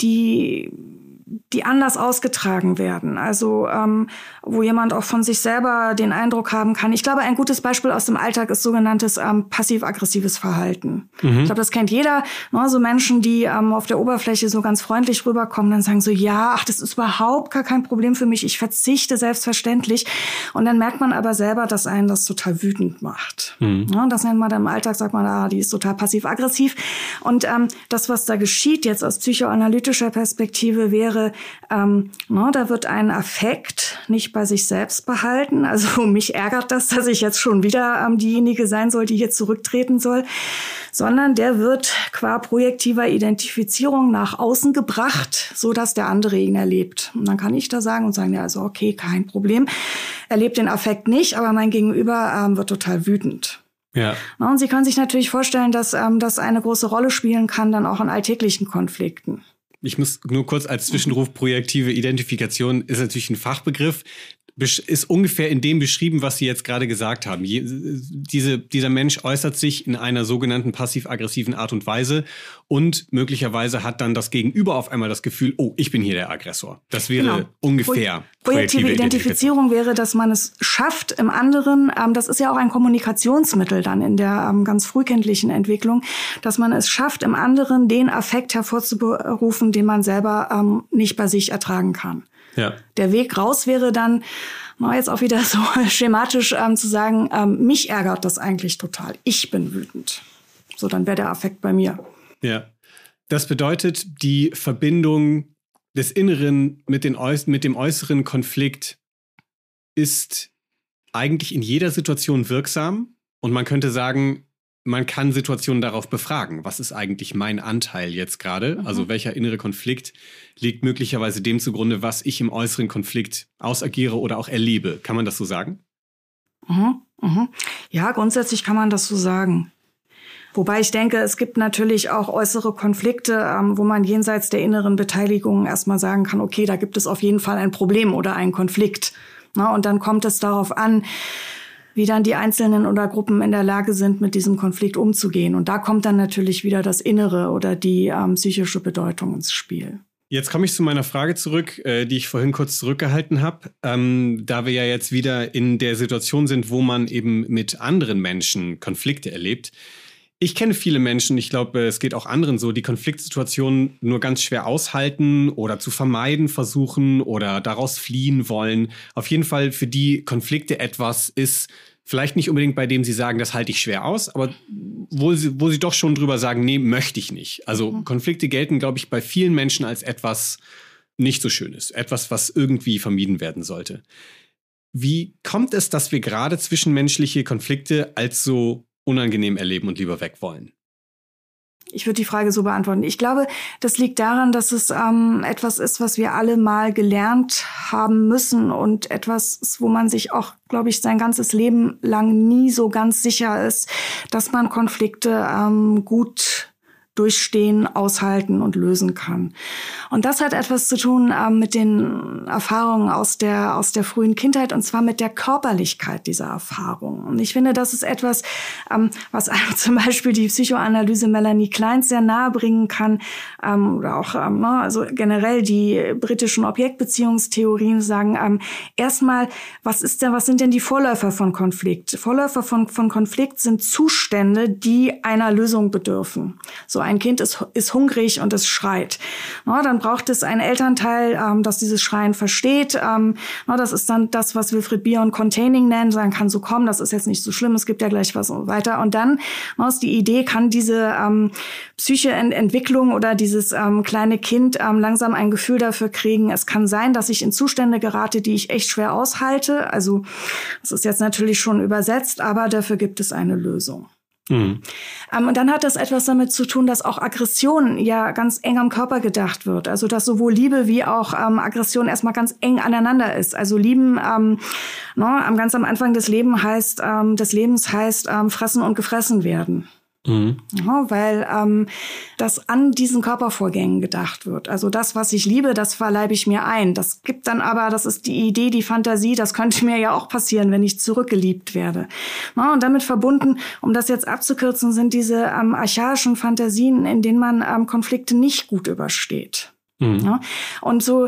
die die anders ausgetragen werden. Also ähm, wo jemand auch von sich selber den Eindruck haben kann. Ich glaube, ein gutes Beispiel aus dem Alltag ist sogenanntes ähm, passiv-aggressives Verhalten. Mhm. Ich glaube, das kennt jeder. Ne? So Menschen, die ähm, auf der Oberfläche so ganz freundlich rüberkommen, dann sagen so, ja, ach, das ist überhaupt gar kein Problem für mich. Ich verzichte selbstverständlich. Und dann merkt man aber selber, dass einen das total wütend macht. Mhm. Ja, das nennt man dann im Alltag, sagt man, ah, die ist total passiv-aggressiv. Und ähm, das, was da geschieht jetzt aus psychoanalytischer Perspektive, wäre, ähm, ne, da wird ein Affekt nicht bei sich selbst behalten. Also mich ärgert das, dass ich jetzt schon wieder ähm, diejenige sein soll, die hier zurücktreten soll, sondern der wird qua projektiver Identifizierung nach außen gebracht, so dass der andere ihn erlebt. Und dann kann ich da sagen und sagen, ja, also okay, kein Problem. Erlebt den Affekt nicht, aber mein Gegenüber ähm, wird total wütend. Ja. Na, und Sie können sich natürlich vorstellen, dass ähm, das eine große Rolle spielen kann, dann auch in alltäglichen Konflikten. Ich muss nur kurz als Zwischenruf, projektive Identifikation ist natürlich ein Fachbegriff, ist ungefähr in dem beschrieben, was Sie jetzt gerade gesagt haben. Je, diese, dieser Mensch äußert sich in einer sogenannten passiv-aggressiven Art und Weise und möglicherweise hat dann das Gegenüber auf einmal das Gefühl, oh, ich bin hier der Aggressor. Das wäre genau. ungefähr Pro- projektive Identifizierung wäre, dass man es schafft im anderen, ähm, das ist ja auch ein Kommunikationsmittel dann in der ähm, ganz frühkindlichen Entwicklung, dass man es schafft, im anderen den Affekt hervorzurufen, den man selber ähm, nicht bei sich ertragen kann. Ja. Der Weg raus wäre dann, mal jetzt auch wieder so schematisch ähm, zu sagen, ähm, mich ärgert das eigentlich total. Ich bin wütend. So, dann wäre der Affekt bei mir. Ja. Das bedeutet, die Verbindung des Inneren mit, den Äu- mit dem äußeren Konflikt ist eigentlich in jeder Situation wirksam. Und man könnte sagen, man kann Situationen darauf befragen. Was ist eigentlich mein Anteil jetzt gerade? Mhm. Also welcher innere Konflikt liegt möglicherweise dem zugrunde, was ich im äußeren Konflikt ausagiere oder auch erlebe? Kann man das so sagen? Mhm. Mhm. Ja, grundsätzlich kann man das so sagen. Wobei ich denke, es gibt natürlich auch äußere Konflikte, ähm, wo man jenseits der inneren Beteiligung erstmal sagen kann, okay, da gibt es auf jeden Fall ein Problem oder einen Konflikt. Na, und dann kommt es darauf an, wie dann die Einzelnen oder Gruppen in der Lage sind, mit diesem Konflikt umzugehen. Und da kommt dann natürlich wieder das Innere oder die ähm, psychische Bedeutung ins Spiel. Jetzt komme ich zu meiner Frage zurück, äh, die ich vorhin kurz zurückgehalten habe. Ähm, da wir ja jetzt wieder in der Situation sind, wo man eben mit anderen Menschen Konflikte erlebt. Ich kenne viele Menschen, ich glaube, es geht auch anderen so, die Konfliktsituationen nur ganz schwer aushalten oder zu vermeiden versuchen oder daraus fliehen wollen. Auf jeden Fall für die Konflikte etwas ist, vielleicht nicht unbedingt bei dem sie sagen, das halte ich schwer aus, aber wo sie, wo sie doch schon drüber sagen, nee, möchte ich nicht. Also mhm. Konflikte gelten, glaube ich, bei vielen Menschen als etwas nicht so Schönes, etwas, was irgendwie vermieden werden sollte. Wie kommt es, dass wir gerade zwischenmenschliche Konflikte als so unangenehm erleben und lieber weg wollen? Ich würde die Frage so beantworten. Ich glaube, das liegt daran, dass es ähm, etwas ist, was wir alle mal gelernt haben müssen und etwas ist, wo man sich auch, glaube ich, sein ganzes Leben lang nie so ganz sicher ist, dass man Konflikte ähm, gut durchstehen, aushalten und lösen kann. Und das hat etwas zu tun ähm, mit den Erfahrungen aus der aus der frühen Kindheit und zwar mit der Körperlichkeit dieser Erfahrungen. Und ich finde, das ist etwas, ähm, was einem zum Beispiel die Psychoanalyse Melanie Kleins sehr nahe bringen kann, ähm, oder auch ähm, also generell die britischen Objektbeziehungstheorien sagen ähm, erstmal, was ist denn, was sind denn die Vorläufer von Konflikt? Vorläufer von von Konflikt sind Zustände, die einer Lösung bedürfen. So ein Kind ist, ist hungrig und es schreit. Na, dann braucht es ein Elternteil, ähm, das dieses Schreien versteht. Ähm, na, das ist dann das, was Wilfried Bion Containing nennt. Sagen kann, so komm, das ist jetzt nicht so schlimm, es gibt ja gleich was und weiter. Und dann na, ist die Idee, kann diese ähm, Psyche-Entwicklung oder dieses ähm, kleine Kind ähm, langsam ein Gefühl dafür kriegen. Es kann sein, dass ich in Zustände gerate, die ich echt schwer aushalte. Also das ist jetzt natürlich schon übersetzt, aber dafür gibt es eine Lösung. Mhm. Ähm, und dann hat das etwas damit zu tun, dass auch Aggression ja ganz eng am Körper gedacht wird. Also dass sowohl Liebe wie auch ähm, Aggression erstmal ganz eng aneinander ist. Also Lieben ähm, ne, ganz am Anfang des Lebens heißt, ähm, des Lebens heißt ähm, fressen und gefressen werden. Mhm. Ja, weil ähm, das an diesen Körpervorgängen gedacht wird. Also das, was ich liebe, das verleibe ich mir ein. Das gibt dann aber, das ist die Idee, die Fantasie, das könnte mir ja auch passieren, wenn ich zurückgeliebt werde. Ja, und damit verbunden, um das jetzt abzukürzen, sind diese ähm, archaischen Fantasien, in denen man ähm, Konflikte nicht gut übersteht. Ja, und so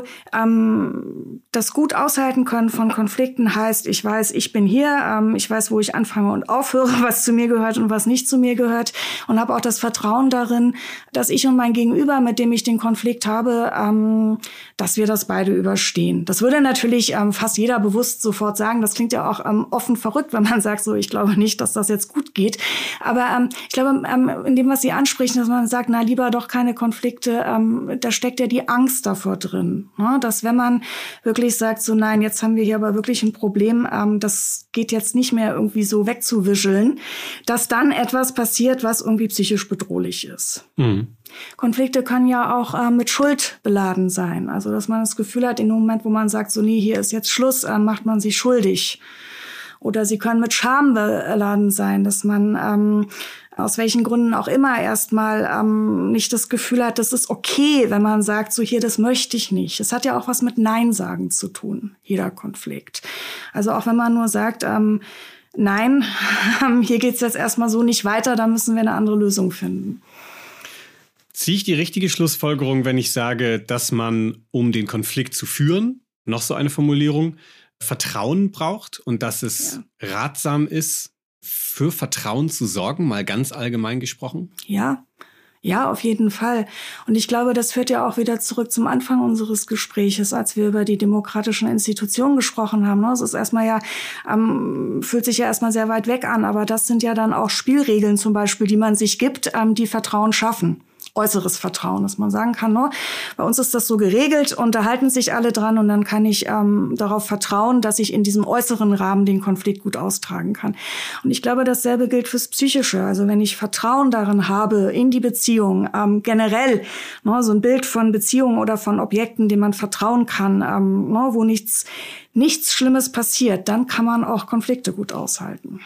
ähm, das gut aushalten können von Konflikten heißt, ich weiß, ich bin hier, ähm, ich weiß, wo ich anfange und aufhöre, was zu mir gehört und was nicht zu mir gehört und habe auch das Vertrauen darin, dass ich und mein Gegenüber, mit dem ich den Konflikt habe, ähm, dass wir das beide überstehen. Das würde natürlich ähm, fast jeder bewusst sofort sagen. Das klingt ja auch ähm, offen verrückt, wenn man sagt, so ich glaube nicht, dass das jetzt gut geht. Aber ähm, ich glaube, ähm, in dem, was Sie ansprechen, dass man sagt, na lieber doch keine Konflikte, ähm, da steckt ja die Angst davor drin, ne? Dass wenn man wirklich sagt, so nein, jetzt haben wir hier aber wirklich ein Problem, ähm, das geht jetzt nicht mehr irgendwie so wegzuwischeln, dass dann etwas passiert, was irgendwie psychisch bedrohlich ist. Mhm. Konflikte können ja auch äh, mit Schuld beladen sein, also dass man das Gefühl hat, in dem Moment, wo man sagt, so nee, hier ist jetzt Schluss, äh, macht man sich schuldig. Oder sie können mit Scham beladen sein, dass man ähm, aus welchen Gründen auch immer erstmal ähm, nicht das Gefühl hat, das ist okay, wenn man sagt, so hier, das möchte ich nicht. Es hat ja auch was mit Nein sagen zu tun, jeder Konflikt. Also auch wenn man nur sagt, ähm, nein, hier geht's jetzt erstmal so nicht weiter, da müssen wir eine andere Lösung finden. Ziehe ich die richtige Schlussfolgerung, wenn ich sage, dass man, um den Konflikt zu führen, noch so eine Formulierung, Vertrauen braucht und dass es ja. ratsam ist, für Vertrauen zu sorgen, mal ganz allgemein gesprochen? Ja, ja, auf jeden Fall. Und ich glaube, das führt ja auch wieder zurück zum Anfang unseres Gespräches, als wir über die demokratischen Institutionen gesprochen haben. Es ist erstmal ja, ähm, fühlt sich ja erstmal sehr weit weg an, aber das sind ja dann auch Spielregeln zum Beispiel, die man sich gibt, ähm, die Vertrauen schaffen. Äußeres Vertrauen, dass man sagen kann, no, bei uns ist das so geregelt und da halten sich alle dran und dann kann ich ähm, darauf vertrauen, dass ich in diesem äußeren Rahmen den Konflikt gut austragen kann. Und ich glaube, dasselbe gilt fürs Psychische. Also wenn ich Vertrauen darin habe, in die Beziehung, ähm, generell, no, so ein Bild von Beziehungen oder von Objekten, denen man vertrauen kann, ähm, no, wo nichts, nichts Schlimmes passiert, dann kann man auch Konflikte gut aushalten.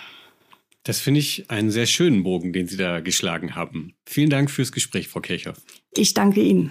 Das finde ich einen sehr schönen Bogen, den Sie da geschlagen haben. Vielen Dank fürs Gespräch, Frau Kirchhoff. Ich danke Ihnen.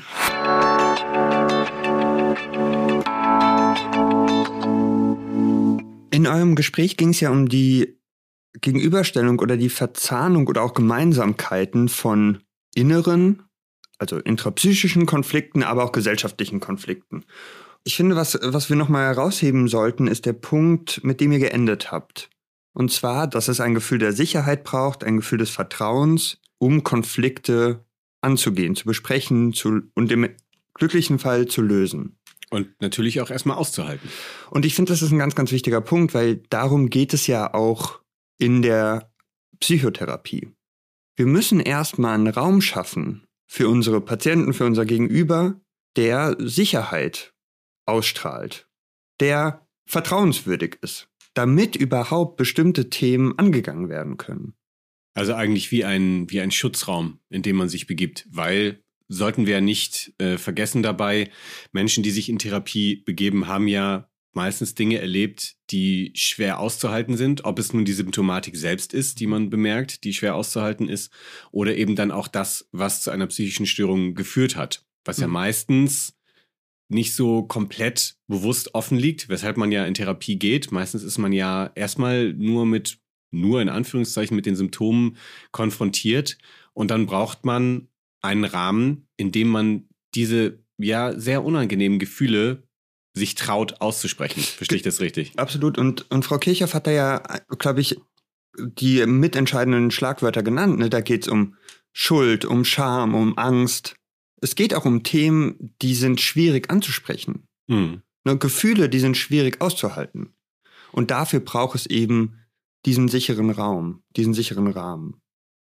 In eurem Gespräch ging es ja um die Gegenüberstellung oder die Verzahnung oder auch Gemeinsamkeiten von inneren, also intrapsychischen Konflikten, aber auch gesellschaftlichen Konflikten. Ich finde, was, was wir nochmal herausheben sollten, ist der Punkt, mit dem ihr geendet habt. Und zwar, dass es ein Gefühl der Sicherheit braucht, ein Gefühl des Vertrauens, um Konflikte anzugehen, zu besprechen zu, und im glücklichen Fall zu lösen. Und natürlich auch erstmal auszuhalten. Und ich finde, das ist ein ganz, ganz wichtiger Punkt, weil darum geht es ja auch in der Psychotherapie. Wir müssen erstmal einen Raum schaffen für unsere Patienten, für unser Gegenüber, der Sicherheit ausstrahlt, der vertrauenswürdig ist, damit überhaupt bestimmte Themen angegangen werden können. Also eigentlich wie ein, wie ein Schutzraum, in dem man sich begibt, weil sollten wir ja nicht äh, vergessen dabei, Menschen, die sich in Therapie begeben, haben ja meistens Dinge erlebt, die schwer auszuhalten sind, ob es nun die Symptomatik selbst ist, die man bemerkt, die schwer auszuhalten ist, oder eben dann auch das, was zu einer psychischen Störung geführt hat, was mhm. ja meistens nicht so komplett bewusst offen liegt, weshalb man ja in Therapie geht. Meistens ist man ja erstmal nur mit, nur in Anführungszeichen, mit den Symptomen konfrontiert und dann braucht man einen Rahmen, in dem man diese ja sehr unangenehmen Gefühle sich traut auszusprechen. Verstehe ich das richtig? Absolut. Und, und Frau Kirchhoff hat da ja, glaube ich, die mitentscheidenden Schlagwörter genannt. Ne? Da geht es um Schuld, um Scham, um Angst. Es geht auch um Themen, die sind schwierig anzusprechen. Hm. Ne? Gefühle, die sind schwierig auszuhalten. Und dafür braucht es eben diesen sicheren Raum, diesen sicheren Rahmen.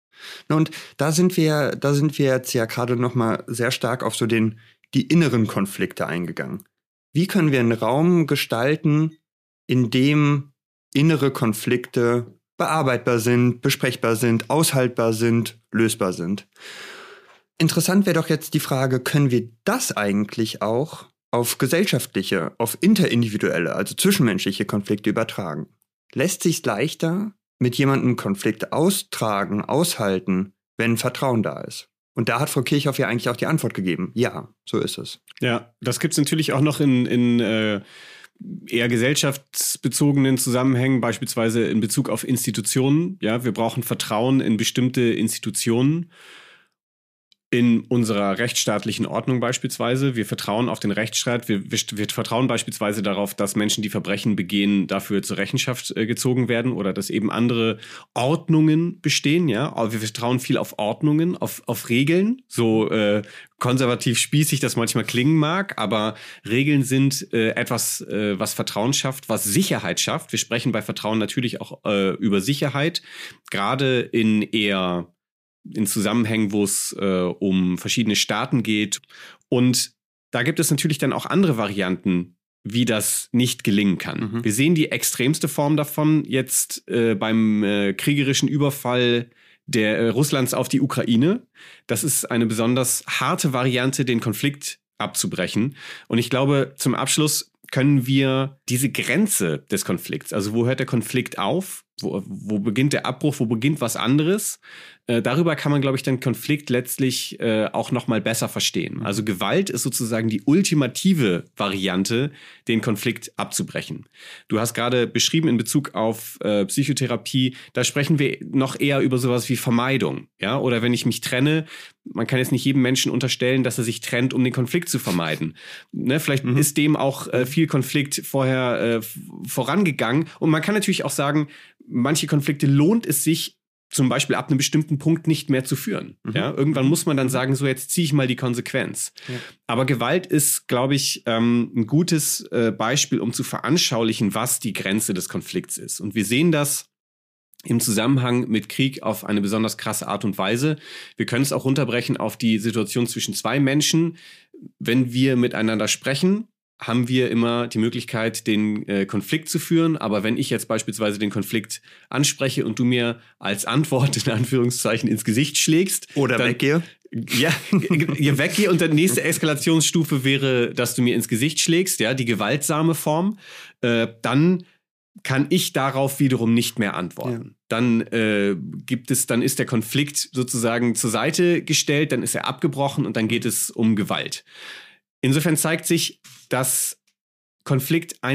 Und da sind wir, da sind wir jetzt ja gerade noch mal sehr stark auf so den, die inneren Konflikte eingegangen. Wie können wir einen Raum gestalten, in dem innere Konflikte bearbeitbar sind, besprechbar sind, aushaltbar sind, lösbar sind? Interessant wäre doch jetzt die Frage, können wir das eigentlich auch auf gesellschaftliche, auf interindividuelle, also zwischenmenschliche Konflikte übertragen? Lässt sich leichter mit jemandem Konflikte austragen, aushalten, wenn Vertrauen da ist? Und da hat Frau Kirchhoff ja eigentlich auch die Antwort gegeben. Ja, so ist es. Ja, das gibt es natürlich auch noch in, in äh, eher gesellschaftsbezogenen Zusammenhängen, beispielsweise in Bezug auf Institutionen. Ja, wir brauchen Vertrauen in bestimmte Institutionen. In unserer rechtsstaatlichen Ordnung beispielsweise. Wir vertrauen auf den Rechtsstaat. Wir, wir, wir vertrauen beispielsweise darauf, dass Menschen, die Verbrechen begehen, dafür zur Rechenschaft äh, gezogen werden oder dass eben andere Ordnungen bestehen. Ja, aber wir vertrauen viel auf Ordnungen, auf, auf Regeln. So äh, konservativ spießig das manchmal klingen mag, aber Regeln sind äh, etwas, äh, was Vertrauen schafft, was Sicherheit schafft. Wir sprechen bei Vertrauen natürlich auch äh, über Sicherheit, gerade in eher in Zusammenhängen, wo es äh, um verschiedene Staaten geht. Und da gibt es natürlich dann auch andere Varianten, wie das nicht gelingen kann. Mhm. Wir sehen die extremste Form davon jetzt äh, beim äh, kriegerischen Überfall der äh, Russlands auf die Ukraine. Das ist eine besonders harte Variante, den Konflikt abzubrechen. Und ich glaube, zum Abschluss können wir diese Grenze des Konflikts, also wo hört der Konflikt auf, wo, wo beginnt der Abbruch, wo beginnt was anderes, äh, darüber kann man, glaube ich, den Konflikt letztlich äh, auch noch mal besser verstehen. Also Gewalt ist sozusagen die ultimative Variante, den Konflikt abzubrechen. Du hast gerade beschrieben in Bezug auf äh, Psychotherapie, da sprechen wir noch eher über sowas wie Vermeidung, ja, oder wenn ich mich trenne, man kann jetzt nicht jedem Menschen unterstellen, dass er sich trennt, um den Konflikt zu vermeiden. Ne, vielleicht mhm. ist dem auch äh, viel Konflikt vorher äh, vorangegangen. Und man kann natürlich auch sagen, manche Konflikte lohnt es sich zum Beispiel ab einem bestimmten Punkt nicht mehr zu führen. Mhm. Ja, irgendwann muss man dann sagen, so jetzt ziehe ich mal die Konsequenz. Ja. Aber Gewalt ist, glaube ich, ähm, ein gutes äh, Beispiel, um zu veranschaulichen, was die Grenze des Konflikts ist. Und wir sehen das im Zusammenhang mit Krieg auf eine besonders krasse Art und Weise. Wir können es auch runterbrechen auf die Situation zwischen zwei Menschen. Wenn wir miteinander sprechen, haben wir immer die Möglichkeit, den äh, Konflikt zu führen. Aber wenn ich jetzt beispielsweise den Konflikt anspreche und du mir als Antwort in Anführungszeichen ins Gesicht schlägst. Oder dann, weggehe. Ja, ihr weggehe und die nächste Eskalationsstufe wäre, dass du mir ins Gesicht schlägst, ja, die gewaltsame Form. Äh, dann kann ich darauf wiederum nicht mehr antworten. Ja. Dann äh, gibt es, dann ist der Konflikt sozusagen zur Seite gestellt, dann ist er abgebrochen und dann geht es um Gewalt. Insofern zeigt sich, dass Konflikt ein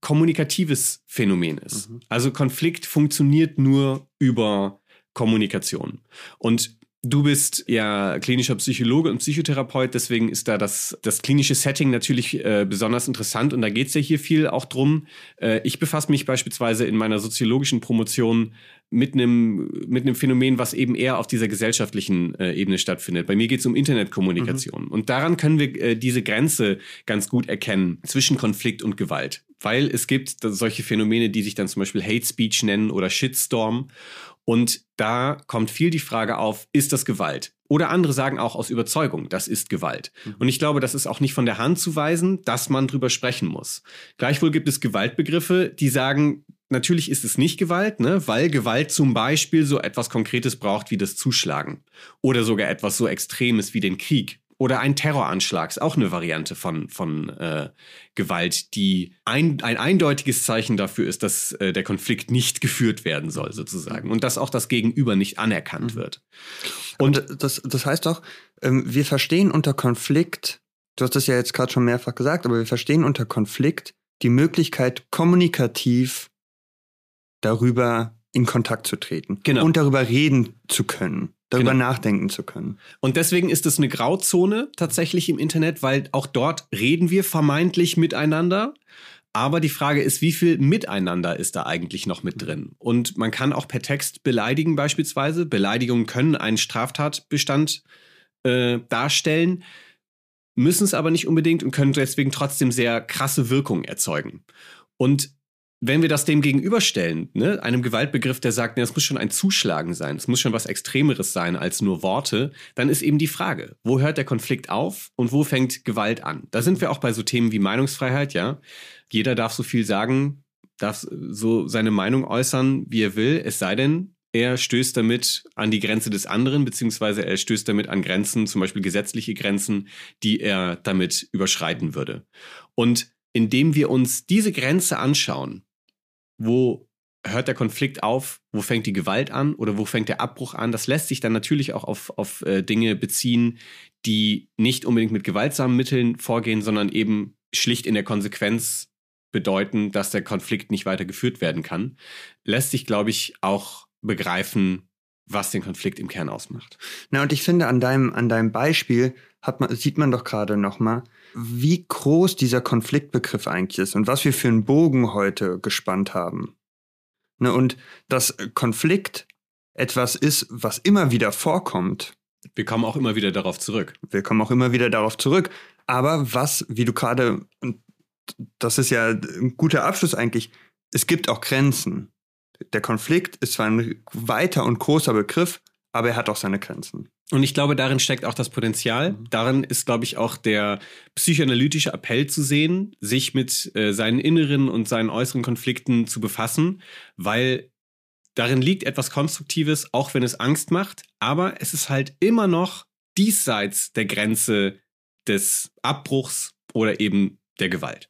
kommunikatives Phänomen ist. Mhm. Also Konflikt funktioniert nur über Kommunikation. Und du bist ja klinischer Psychologe und Psychotherapeut, deswegen ist da das, das klinische Setting natürlich äh, besonders interessant und da geht es ja hier viel auch drum. Äh, ich befasse mich beispielsweise in meiner soziologischen Promotion mit einem mit einem Phänomen, was eben eher auf dieser gesellschaftlichen äh, Ebene stattfindet. Bei mir geht es um Internetkommunikation. Mhm. Und daran können wir äh, diese Grenze ganz gut erkennen zwischen Konflikt und Gewalt. Weil es gibt solche Phänomene, die sich dann zum Beispiel Hate Speech nennen oder Shitstorm. Und da kommt viel die Frage auf, ist das Gewalt? Oder andere sagen auch aus Überzeugung, das ist Gewalt. Mhm. Und ich glaube, das ist auch nicht von der Hand zu weisen, dass man drüber sprechen muss. Gleichwohl gibt es Gewaltbegriffe, die sagen, natürlich ist es nicht Gewalt, ne? Weil Gewalt zum Beispiel so etwas Konkretes braucht wie das Zuschlagen. Oder sogar etwas so Extremes wie den Krieg. Oder ein Terroranschlag ist auch eine Variante von, von äh, Gewalt, die ein, ein eindeutiges Zeichen dafür ist, dass äh, der Konflikt nicht geführt werden soll, sozusagen. Und dass auch das Gegenüber nicht anerkannt wird. Und das, das heißt auch, ähm, wir verstehen unter Konflikt, du hast das ja jetzt gerade schon mehrfach gesagt, aber wir verstehen unter Konflikt die Möglichkeit, kommunikativ darüber in Kontakt zu treten. Genau. Und darüber reden zu können. Darüber genau. nachdenken zu können. Und deswegen ist es eine Grauzone tatsächlich im Internet, weil auch dort reden wir vermeintlich miteinander. Aber die Frage ist, wie viel Miteinander ist da eigentlich noch mit drin? Und man kann auch per Text beleidigen beispielsweise. Beleidigungen können einen Straftatbestand äh, darstellen, müssen es aber nicht unbedingt und können deswegen trotzdem sehr krasse Wirkungen erzeugen. Und wenn wir das dem gegenüberstellen, ne, einem Gewaltbegriff, der sagt, ne, es muss schon ein Zuschlagen sein, es muss schon was Extremeres sein als nur Worte, dann ist eben die Frage, wo hört der Konflikt auf und wo fängt Gewalt an? Da sind wir auch bei so Themen wie Meinungsfreiheit, ja. Jeder darf so viel sagen, darf so seine Meinung äußern, wie er will, es sei denn, er stößt damit an die Grenze des anderen, beziehungsweise er stößt damit an Grenzen, zum Beispiel gesetzliche Grenzen, die er damit überschreiten würde. Und indem wir uns diese Grenze anschauen, wo hört der Konflikt auf, wo fängt die Gewalt an oder wo fängt der Abbruch an, das lässt sich dann natürlich auch auf, auf äh, Dinge beziehen, die nicht unbedingt mit gewaltsamen Mitteln vorgehen, sondern eben schlicht in der Konsequenz bedeuten, dass der Konflikt nicht weiter geführt werden kann. Lässt sich, glaube ich, auch begreifen, was den Konflikt im Kern ausmacht. Na, und ich finde, an deinem, an deinem Beispiel hat man, sieht man doch gerade nochmal, wie groß dieser Konfliktbegriff eigentlich ist und was wir für einen Bogen heute gespannt haben. Ne, und dass Konflikt etwas ist, was immer wieder vorkommt. Wir kommen auch immer wieder darauf zurück. Wir kommen auch immer wieder darauf zurück. Aber was, wie du gerade, und das ist ja ein guter Abschluss eigentlich, es gibt auch Grenzen. Der Konflikt ist zwar ein weiter und großer Begriff, aber er hat auch seine Grenzen. Und ich glaube, darin steckt auch das Potenzial. Mhm. Darin ist, glaube ich, auch der psychoanalytische Appell zu sehen, sich mit äh, seinen inneren und seinen äußeren Konflikten zu befassen, weil darin liegt etwas Konstruktives, auch wenn es Angst macht. Aber es ist halt immer noch diesseits der Grenze des Abbruchs oder eben der Gewalt.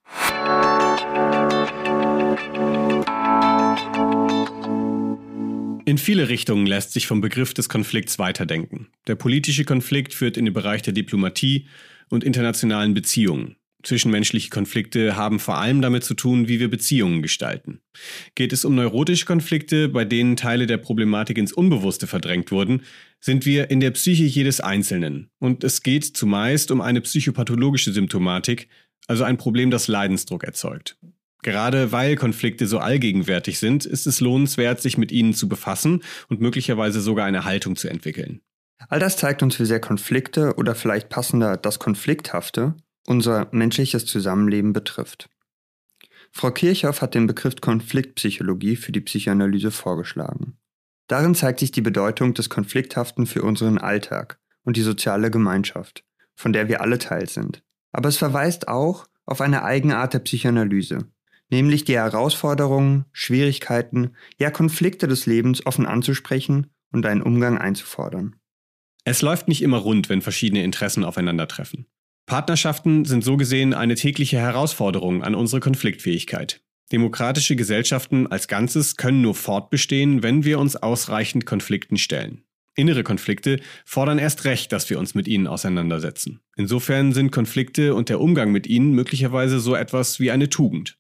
In viele Richtungen lässt sich vom Begriff des Konflikts weiterdenken. Der politische Konflikt führt in den Bereich der Diplomatie und internationalen Beziehungen. Zwischenmenschliche Konflikte haben vor allem damit zu tun, wie wir Beziehungen gestalten. Geht es um neurotische Konflikte, bei denen Teile der Problematik ins Unbewusste verdrängt wurden, sind wir in der Psyche jedes Einzelnen. Und es geht zumeist um eine psychopathologische Symptomatik, also ein Problem, das Leidensdruck erzeugt. Gerade weil Konflikte so allgegenwärtig sind, ist es lohnenswert, sich mit ihnen zu befassen und möglicherweise sogar eine Haltung zu entwickeln. All das zeigt uns, wie sehr Konflikte oder vielleicht passender das Konflikthafte unser menschliches Zusammenleben betrifft. Frau Kirchhoff hat den Begriff Konfliktpsychologie für die Psychoanalyse vorgeschlagen. Darin zeigt sich die Bedeutung des Konflikthaften für unseren Alltag und die soziale Gemeinschaft, von der wir alle Teil sind. Aber es verweist auch auf eine Eigenart der Psychoanalyse, nämlich die Herausforderungen, Schwierigkeiten, ja Konflikte des Lebens offen anzusprechen und einen Umgang einzufordern. Es läuft nicht immer rund, wenn verschiedene Interessen aufeinandertreffen. Partnerschaften sind so gesehen eine tägliche Herausforderung an unsere Konfliktfähigkeit. Demokratische Gesellschaften als Ganzes können nur fortbestehen, wenn wir uns ausreichend Konflikten stellen. Innere Konflikte fordern erst recht, dass wir uns mit ihnen auseinandersetzen. Insofern sind Konflikte und der Umgang mit ihnen möglicherweise so etwas wie eine Tugend.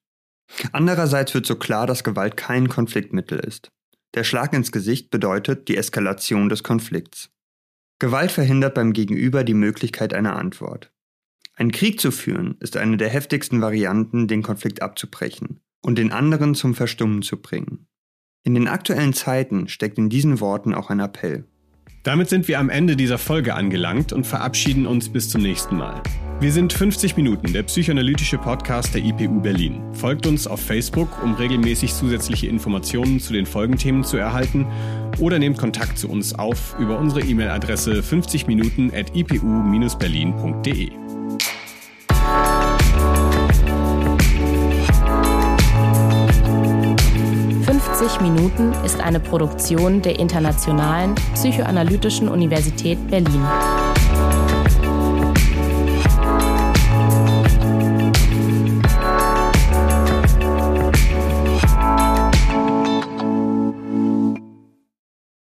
Andererseits wird so klar, dass Gewalt kein Konfliktmittel ist. Der Schlag ins Gesicht bedeutet die Eskalation des Konflikts. Gewalt verhindert beim Gegenüber die Möglichkeit einer Antwort. Einen Krieg zu führen, ist eine der heftigsten Varianten, den Konflikt abzubrechen und den anderen zum Verstummen zu bringen. In den aktuellen Zeiten steckt in diesen Worten auch ein Appell. Damit sind wir am Ende dieser Folge angelangt und verabschieden uns bis zum nächsten Mal. Wir sind fünfzig Minuten, der psychoanalytische Podcast der I P U Berlin. Folgt uns auf Facebook, um regelmäßig zusätzliche Informationen zu den Folgenthemen zu erhalten, oder nehmt Kontakt zu uns auf über unsere E-Mail-Adresse fünfzig minuten at i p u dash berlin punkt d e. fünfzig Minuten ist eine Produktion der Internationalen Psychoanalytischen Universität Berlin.